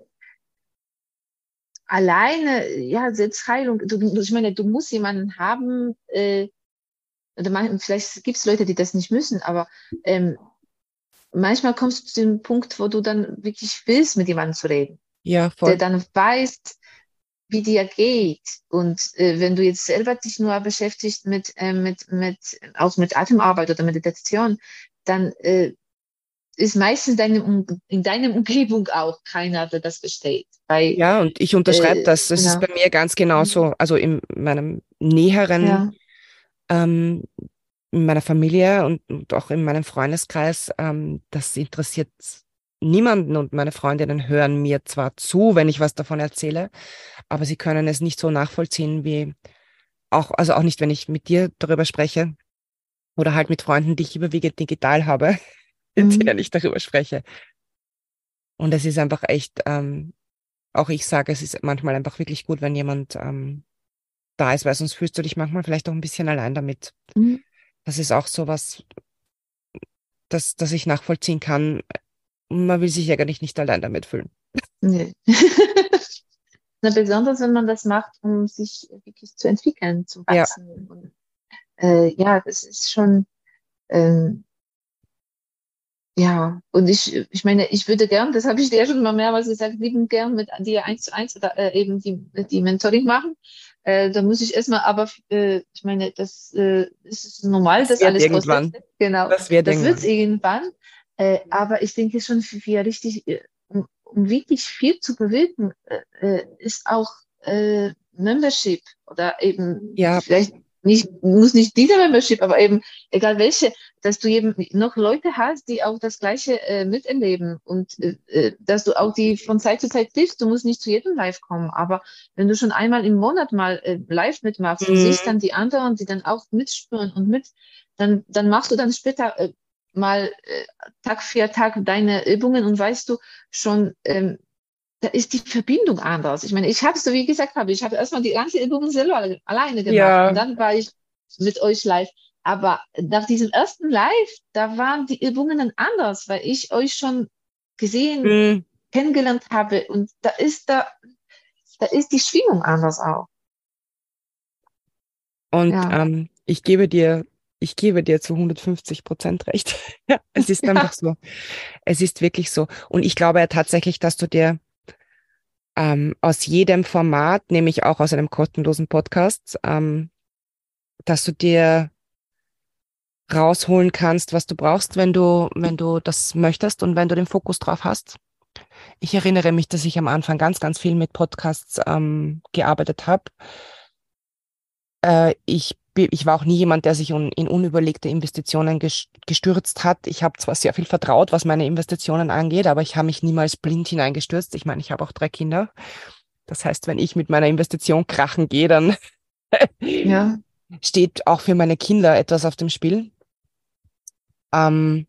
alleine, ja, Selbstheilung, ich meine, du musst jemanden haben, oder vielleicht gibt es Leute, die das nicht müssen, aber ähm, manchmal kommst du zu dem Punkt, wo du dann wirklich willst, mit jemandem zu reden, ja, der voll. dann weiß, wie dir geht. Und wenn du jetzt selber dich nur beschäftigst auch mit Atemarbeit oder Meditation, dann ist meistens in deiner Umgebung auch keiner, der das versteht. Weil, Ja, und ich unterschreibe das. Das ist genau. bei mir ganz Mhm. genauso. Also in meinem näheren, Ja. ähm, in meiner Familie und auch in meinem Freundeskreis, das interessiert niemanden und meine Freundinnen hören mir zwar zu, wenn ich was davon erzähle, aber sie können es nicht so nachvollziehen wie also auch nicht, wenn ich mit dir darüber spreche oder halt mit Freunden, die ich überwiegend digital habe, mit Mhm. denen ich darüber spreche. Und es ist einfach echt, auch ich sage, es ist manchmal einfach wirklich gut, wenn jemand da ist, weil sonst fühlst du dich manchmal vielleicht auch ein bisschen allein damit. Mhm. Das ist auch so was, das ich nachvollziehen kann. Man will sich eigentlich nicht allein damit fühlen. Nee. Na, besonders wenn man das macht, um sich wirklich zu entwickeln, zu Ja, wachsen. Und, ja, das ist schon, ähm, ja, und ich meine, ich würde gern, das habe ich dir ja schon mal mehrmals gesagt, lieben gern mit dir eins zu eins oder eben die Mentoring machen. Da muss ich erstmal, aber ich meine, das ist normal, das dass wird alles kostet. irgendwann. Genau, Das wird das wird irgendwann. irgendwann. Aber ich denke schon, für richtig, um wirklich viel zu bewirken, ist auch Membership oder eben Ja, vielleicht nicht, muss nicht dieser Membership, aber eben egal welche, dass du eben noch Leute hast, die auch das Gleiche miterleben und dass du auch die von Zeit zu Zeit triffst. Du musst nicht zu jedem Live kommen, aber wenn du schon einmal im Monat mal live mitmachst und siehst mm, dann die anderen, die dann auch mitspüren und dann machst du dann später mal Tag für Tag deine Übungen und weißt du schon, da ist die Verbindung anders. Ich meine, ich habe, so wie gesagt habe, ich habe erstmal die ganze Übung selber alleine gemacht und ja, dann war ich mit euch live. Aber nach diesem ersten Live, da waren die Übungen dann anders, weil ich euch schon gesehen, mm. kennengelernt habe und da ist die Schwingung anders auch. Und Ja. ich gebe dir zu 150% recht. Ja, es ist einfach Ja. so. Es ist wirklich so. Und ich glaube ja tatsächlich, dass du dir aus jedem Format, nämlich auch aus einem kostenlosen Podcast, dass du dir rausholen kannst, was du brauchst, wenn du das möchtest und wenn du den Fokus drauf hast. Ich erinnere mich, dass ich am Anfang ganz viel mit Podcasts gearbeitet habe. Ich war auch nie jemand, der sich in unüberlegte Investitionen gestürzt hat. Ich habe zwar sehr viel vertraut, was meine Investitionen angeht, aber ich habe mich niemals blind hineingestürzt. Ich meine, ich habe auch 3 Kinder. Das heißt, wenn ich mit meiner Investition krachen gehe, dann Ja. steht auch für meine Kinder etwas auf dem Spiel. Ähm,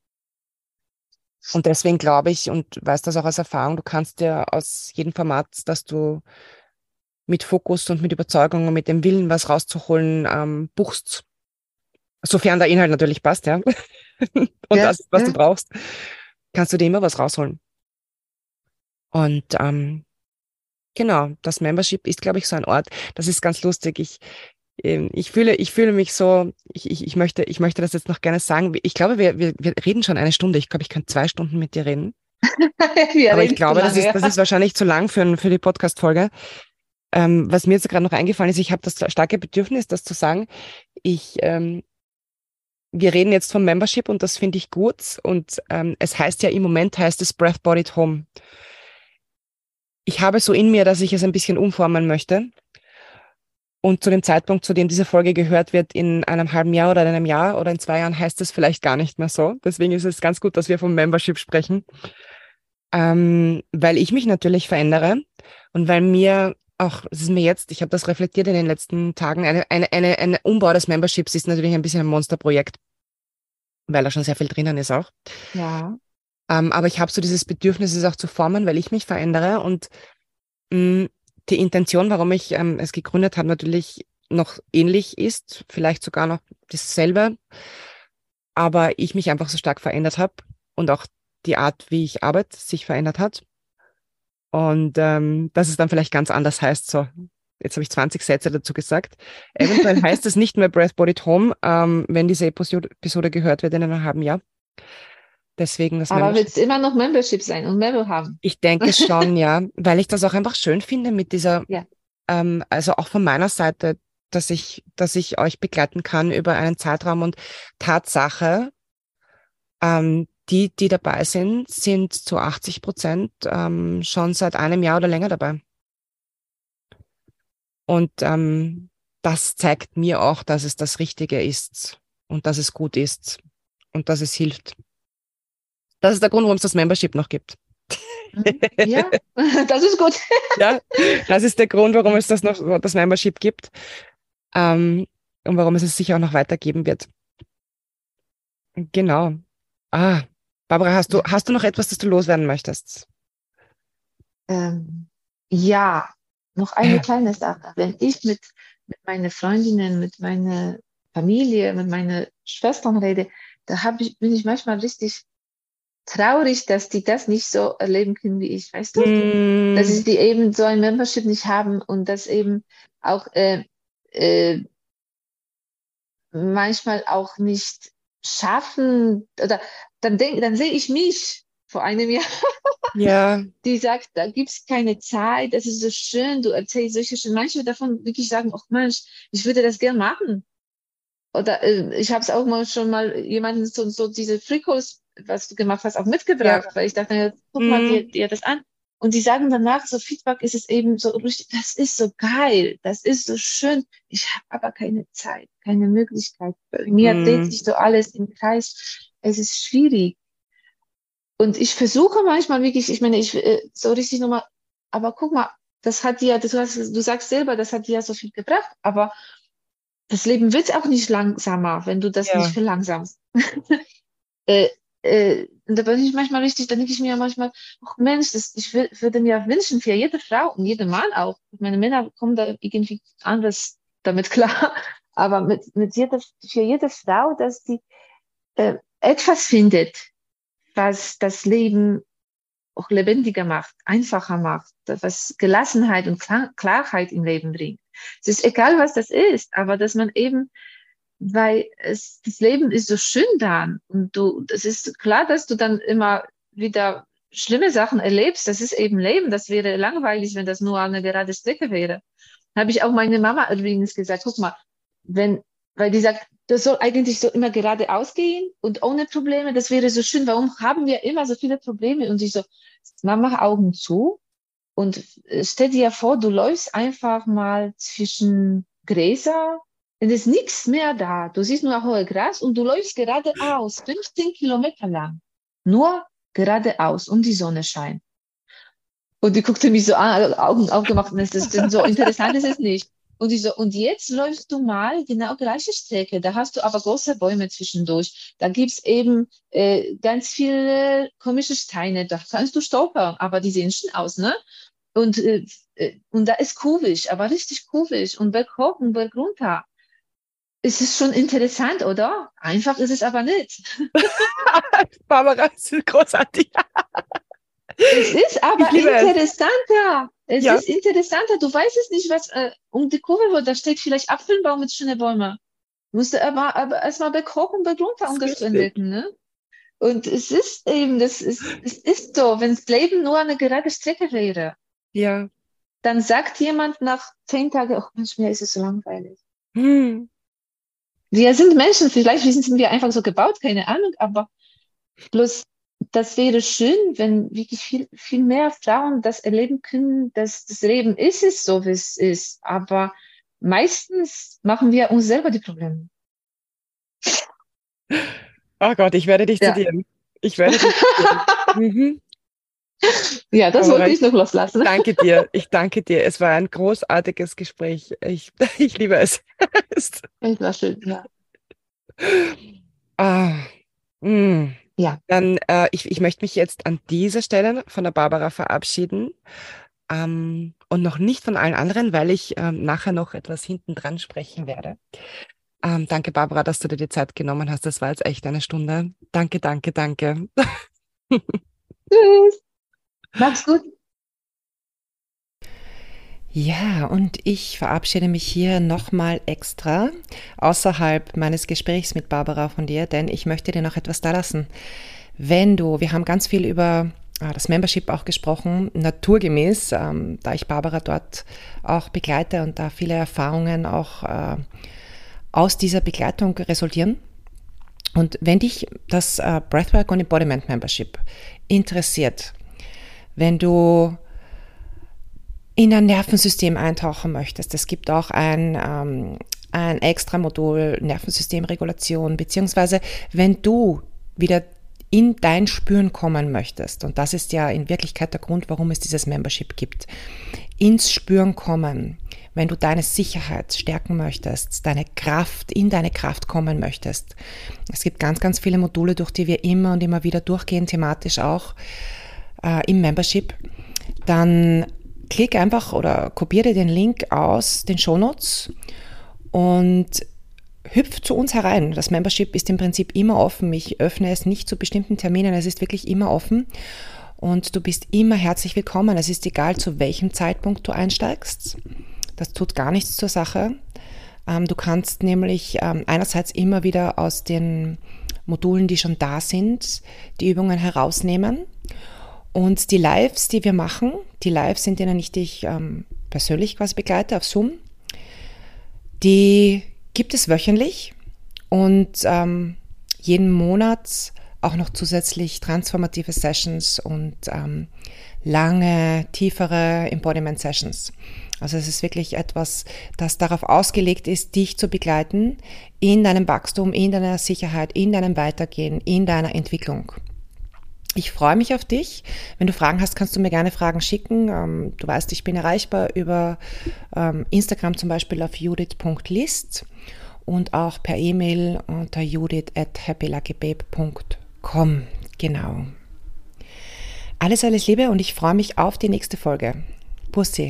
und deswegen glaube ich und weiß das auch aus Erfahrung, du kannst dir aus jedem Format, das du mit Fokus und mit Überzeugung und mit dem Willen, was rauszuholen, buchst, sofern der Inhalt natürlich passt, ja, und Ja. das ist, was du Ja. brauchst, kannst du dir immer was rausholen. Und Genau, das Membership ist, glaube ich, so ein Ort. Das ist ganz lustig. Ich fühle mich so, ich möchte das jetzt noch gerne sagen. Ich glaube, wir reden schon eine Stunde. Ich glaube, ich kann 2 Stunden mit dir reden. Wir Aber ich reden zu glaube, lange, das ja. ist wahrscheinlich zu lang für die Podcast-Folge. Was mir jetzt gerade noch eingefallen ist, ich habe das starke Bedürfnis, das zu sagen. Ich, Wir reden jetzt vom Membership und das finde ich gut. Und es heißt ja, im Moment heißt es Breath Bodied Home. Ich habe so in mir, dass ich es ein bisschen umformen möchte. Und zu dem Zeitpunkt, zu dem diese Folge gehört wird, in einem halben Jahr oder in einem Jahr oder in 2 Jahren, heißt es vielleicht gar nicht mehr so. Deswegen ist es ganz gut, dass wir vom Membership sprechen, weil ich mich natürlich verändere und weil mir auch, es ist mir jetzt, ich habe das reflektiert in den letzten Tagen, eine Umbau des Memberships ist natürlich ein bisschen ein Monsterprojekt, weil da schon sehr viel drinnen ist auch. Ja. Aber ich habe so dieses Bedürfnis, es auch zu formen, weil ich mich verändere und mh, die Intention, warum ich es gegründet habe, natürlich noch ähnlich ist, vielleicht sogar noch dasselbe, aber ich mich einfach so stark verändert habe und auch die Art, wie ich arbeite, sich verändert hat. Und dass es dann vielleicht ganz anders heißt. So, jetzt habe ich 20 Sätze dazu gesagt. Eventuell heißt es nicht mehr Breath Bodied Home, wenn diese Episode gehört wird in einem halben Jahr. Deswegen das Aber wird Membership. es immer noch Membership sein und Member haben? Ich denke schon, ja, weil ich das auch einfach schön finde mit dieser, Ja. also auch von meiner Seite, dass ich euch begleiten kann über einen Zeitraum und Tatsache, die dabei sind, sind zu 80% schon seit einem Jahr oder länger dabei. Und das zeigt mir auch, dass es das Richtige ist und dass es gut ist und dass es hilft. Das ist der Grund, warum es das Membership noch gibt. Mhm. Ja, das ist gut. Ja, das ist der Grund, warum es das Membership gibt, ähm, und warum es sicher auch noch weitergeben wird. Genau. Ah, Barbara, Ja. hast du noch etwas, das du loswerden möchtest? Ähm, ja, noch eine kleine Sache. Wenn ich mit meinen Freundinnen, mit meiner Familie, mit meinen Schwestern rede, bin ich manchmal richtig traurig, dass die das nicht so erleben können wie ich, weißt du? Dass Hm, sie die eben so ein Membership nicht haben und das eben auch äh, manchmal auch nicht schaffen oder dann sehe ich mich vor einem Jahr, ja, die sagt, da gibt's keine Zeit, das ist so schön, du erzählst solche schön. Manche davon wirklich sagen, ach Mensch, ich würde das gern machen. Oder ich habe es auch mal schon mal jemanden so diese Frikos, was du gemacht hast, auch ja, mitgebracht, weil ich dachte, ja, guck mal hm, dir das an. Und die sagen danach, so Feedback ist es eben so richtig, das ist so geil, das ist so schön. Ich habe aber keine Zeit, keine Möglichkeit. Bei mir dreht hm, sich so alles im Kreis. Es ist schwierig. Und ich versuche manchmal wirklich, ich meine, so richtig nochmal, aber guck mal, das hat dir, du sagst selber, das hat dir ja so viel gebracht, aber das Leben wird auch nicht langsamer, wenn du das nicht ja, verlangsamst. Äh, und da bin ich manchmal richtig, dann denke ich mir manchmal, ach Mensch, würde mir wünschen für jede Frau und jeden Mann auch. Meine Männer kommen da irgendwie anders damit klar, aber für jede Frau, dass die etwas findet, was das Leben auch lebendiger macht, einfacher macht, was Gelassenheit und Klarheit im Leben bringt. Es ist egal, was das ist, aber dass man eben, das Leben ist so schön dann und das ist klar, dass du dann immer wieder schlimme Sachen erlebst. Das ist eben Leben. Das wäre langweilig, wenn das nur eine gerade Strecke wäre. Habe ich auch meine Mama übrigens gesagt, guck mal, wenn, weil die sagt, das soll eigentlich so immer geradeaus gehen und ohne Probleme, das wäre so schön. Warum haben wir immer so viele Probleme? Und ich so, Mama, mach Augen zu und stell dir vor, du läufst einfach mal zwischen Gräser und es ist nichts mehr da. Du siehst nur hohe Gras und du läufst geradeaus, 15 Kilometer lang. Nur geradeaus und die Sonne scheint. Und die guckte mich so an, Augen aufgemacht, und das ist denn so interessant ist es nicht. Und ich so, und jetzt läufst du mal genau gleiche Strecke. Da hast du aber große Bäume zwischendurch. Da gibt's eben ganz viele komische Steine. Da kannst du stolpern, aber die sehen schön aus, ne? Und da ist kurvig, aber richtig kurvig. Und Berg hoch und Berg runter. Es ist schon interessant, oder? Einfach ist es aber nicht. Barbara, das ist großartig. Es ist Ich aber liebe es. interessanter. Es Ja, ist interessanter, du weißt es nicht, was um die Kurve wird. Da steht vielleicht Apfelbaum mit schönen Bäumen. Musst du aber erstmal berg hoch und berg runter, das um ist das zu richtig. entdecken, ne? Und es ist eben, es ist so, wenn das Leben nur eine gerade Strecke wäre, Ja. dann sagt jemand nach 10 Tagen, ach Mensch, mir ist es so langweilig. Hm. Wir sind Menschen, vielleicht sind wir einfach so gebaut, keine Ahnung, aber bloß, das wäre schön, wenn wirklich viel mehr Frauen das erleben können, dass das Leben ist es so, wie es ist. Aber meistens machen wir uns selber die Probleme. Oh Gott, ich werde dich Ja, zitieren. Ich werde dich zitieren. Mhm. ja, das Aber wollte ich noch loslassen. danke dir. Ich danke dir. Es war ein großartiges Gespräch. Ich liebe es. Es war schön, ja. Ah, mm. Ja, Dann, ich möchte mich jetzt an dieser Stelle von der Barbara verabschieden, und noch nicht von allen anderen, weil ich nachher noch etwas hinten dran sprechen werde. Danke, Barbara, dass du dir die Zeit genommen hast. Das war jetzt echt eine Stunde. Danke, danke, danke. tschüss. Mach's gut. Ja, und ich verabschiede mich hier nochmal extra außerhalb meines Gesprächs mit Barbara von dir, denn ich möchte dir noch etwas dalassen. Wir haben ganz viel über das Membership auch gesprochen, naturgemäß, da ich Barbara dort auch begleite und da viele Erfahrungen auch aus dieser Begleitung resultieren. Und wenn dich das Breathwork und Embodiment Membership interessiert, wenn du in ein Nervensystem eintauchen möchtest, es gibt auch ein extra Modul Nervensystemregulation, beziehungsweise wenn du wieder in dein Spüren kommen möchtest, und das ist ja in Wirklichkeit der Grund, warum es dieses Membership gibt, ins Spüren kommen, wenn du deine Sicherheit stärken möchtest, in deine Kraft kommen möchtest. Es gibt ganz, ganz viele Module, durch die wir immer und immer wieder durchgehen, thematisch auch im Membership. Dann klick einfach oder kopiere den Link aus den Shownotes und hüpf zu uns herein. Das Membership ist im Prinzip immer offen. Ich öffne es nicht zu bestimmten Terminen, es ist wirklich immer offen und du bist immer herzlich willkommen. Es ist egal, zu welchem Zeitpunkt du einsteigst. Das tut gar nichts zur Sache. Du kannst nämlich einerseits immer wieder aus den Modulen, die schon da sind, die Übungen herausnehmen. Und die Lives, die wir machen, die Lives, in denen ich dich persönlich quasi begleite auf Zoom, die gibt es wöchentlich und jeden Monat auch noch zusätzlich transformative Sessions und lange, tiefere Embodiment-Sessions. Also es ist wirklich etwas, das darauf ausgelegt ist, dich zu begleiten in deinem Wachstum, in deiner Sicherheit, in deinem Weitergehen, in deiner Entwicklung. Ich freue mich auf dich. Wenn du Fragen hast, kannst du mir gerne Fragen schicken. Du weißt, ich bin erreichbar über Instagram zum Beispiel auf judith.list und auch per E-Mail unter judith@happyluckybabe.com. Genau. Alles, alles Liebe und ich freue mich auf die nächste Folge. Bussi.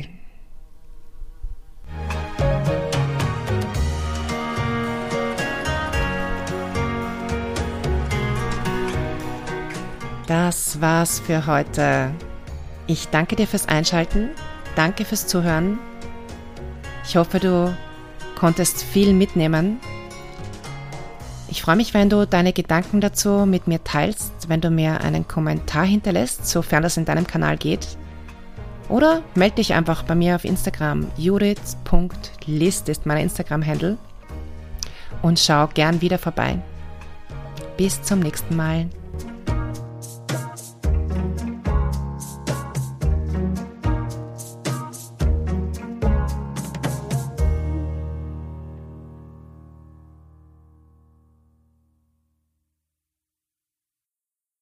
Das war's für heute. Ich danke dir fürs Einschalten, danke fürs Zuhören. Ich hoffe, du konntest viel mitnehmen. Ich freue mich, wenn du deine Gedanken dazu mit mir teilst, wenn du mir einen Kommentar hinterlässt, sofern das in deinem Kanal geht. Oder melde dich einfach bei mir auf Instagram. judith.list ist mein Instagram-Handle. Und schau gern wieder vorbei. Bis zum nächsten Mal.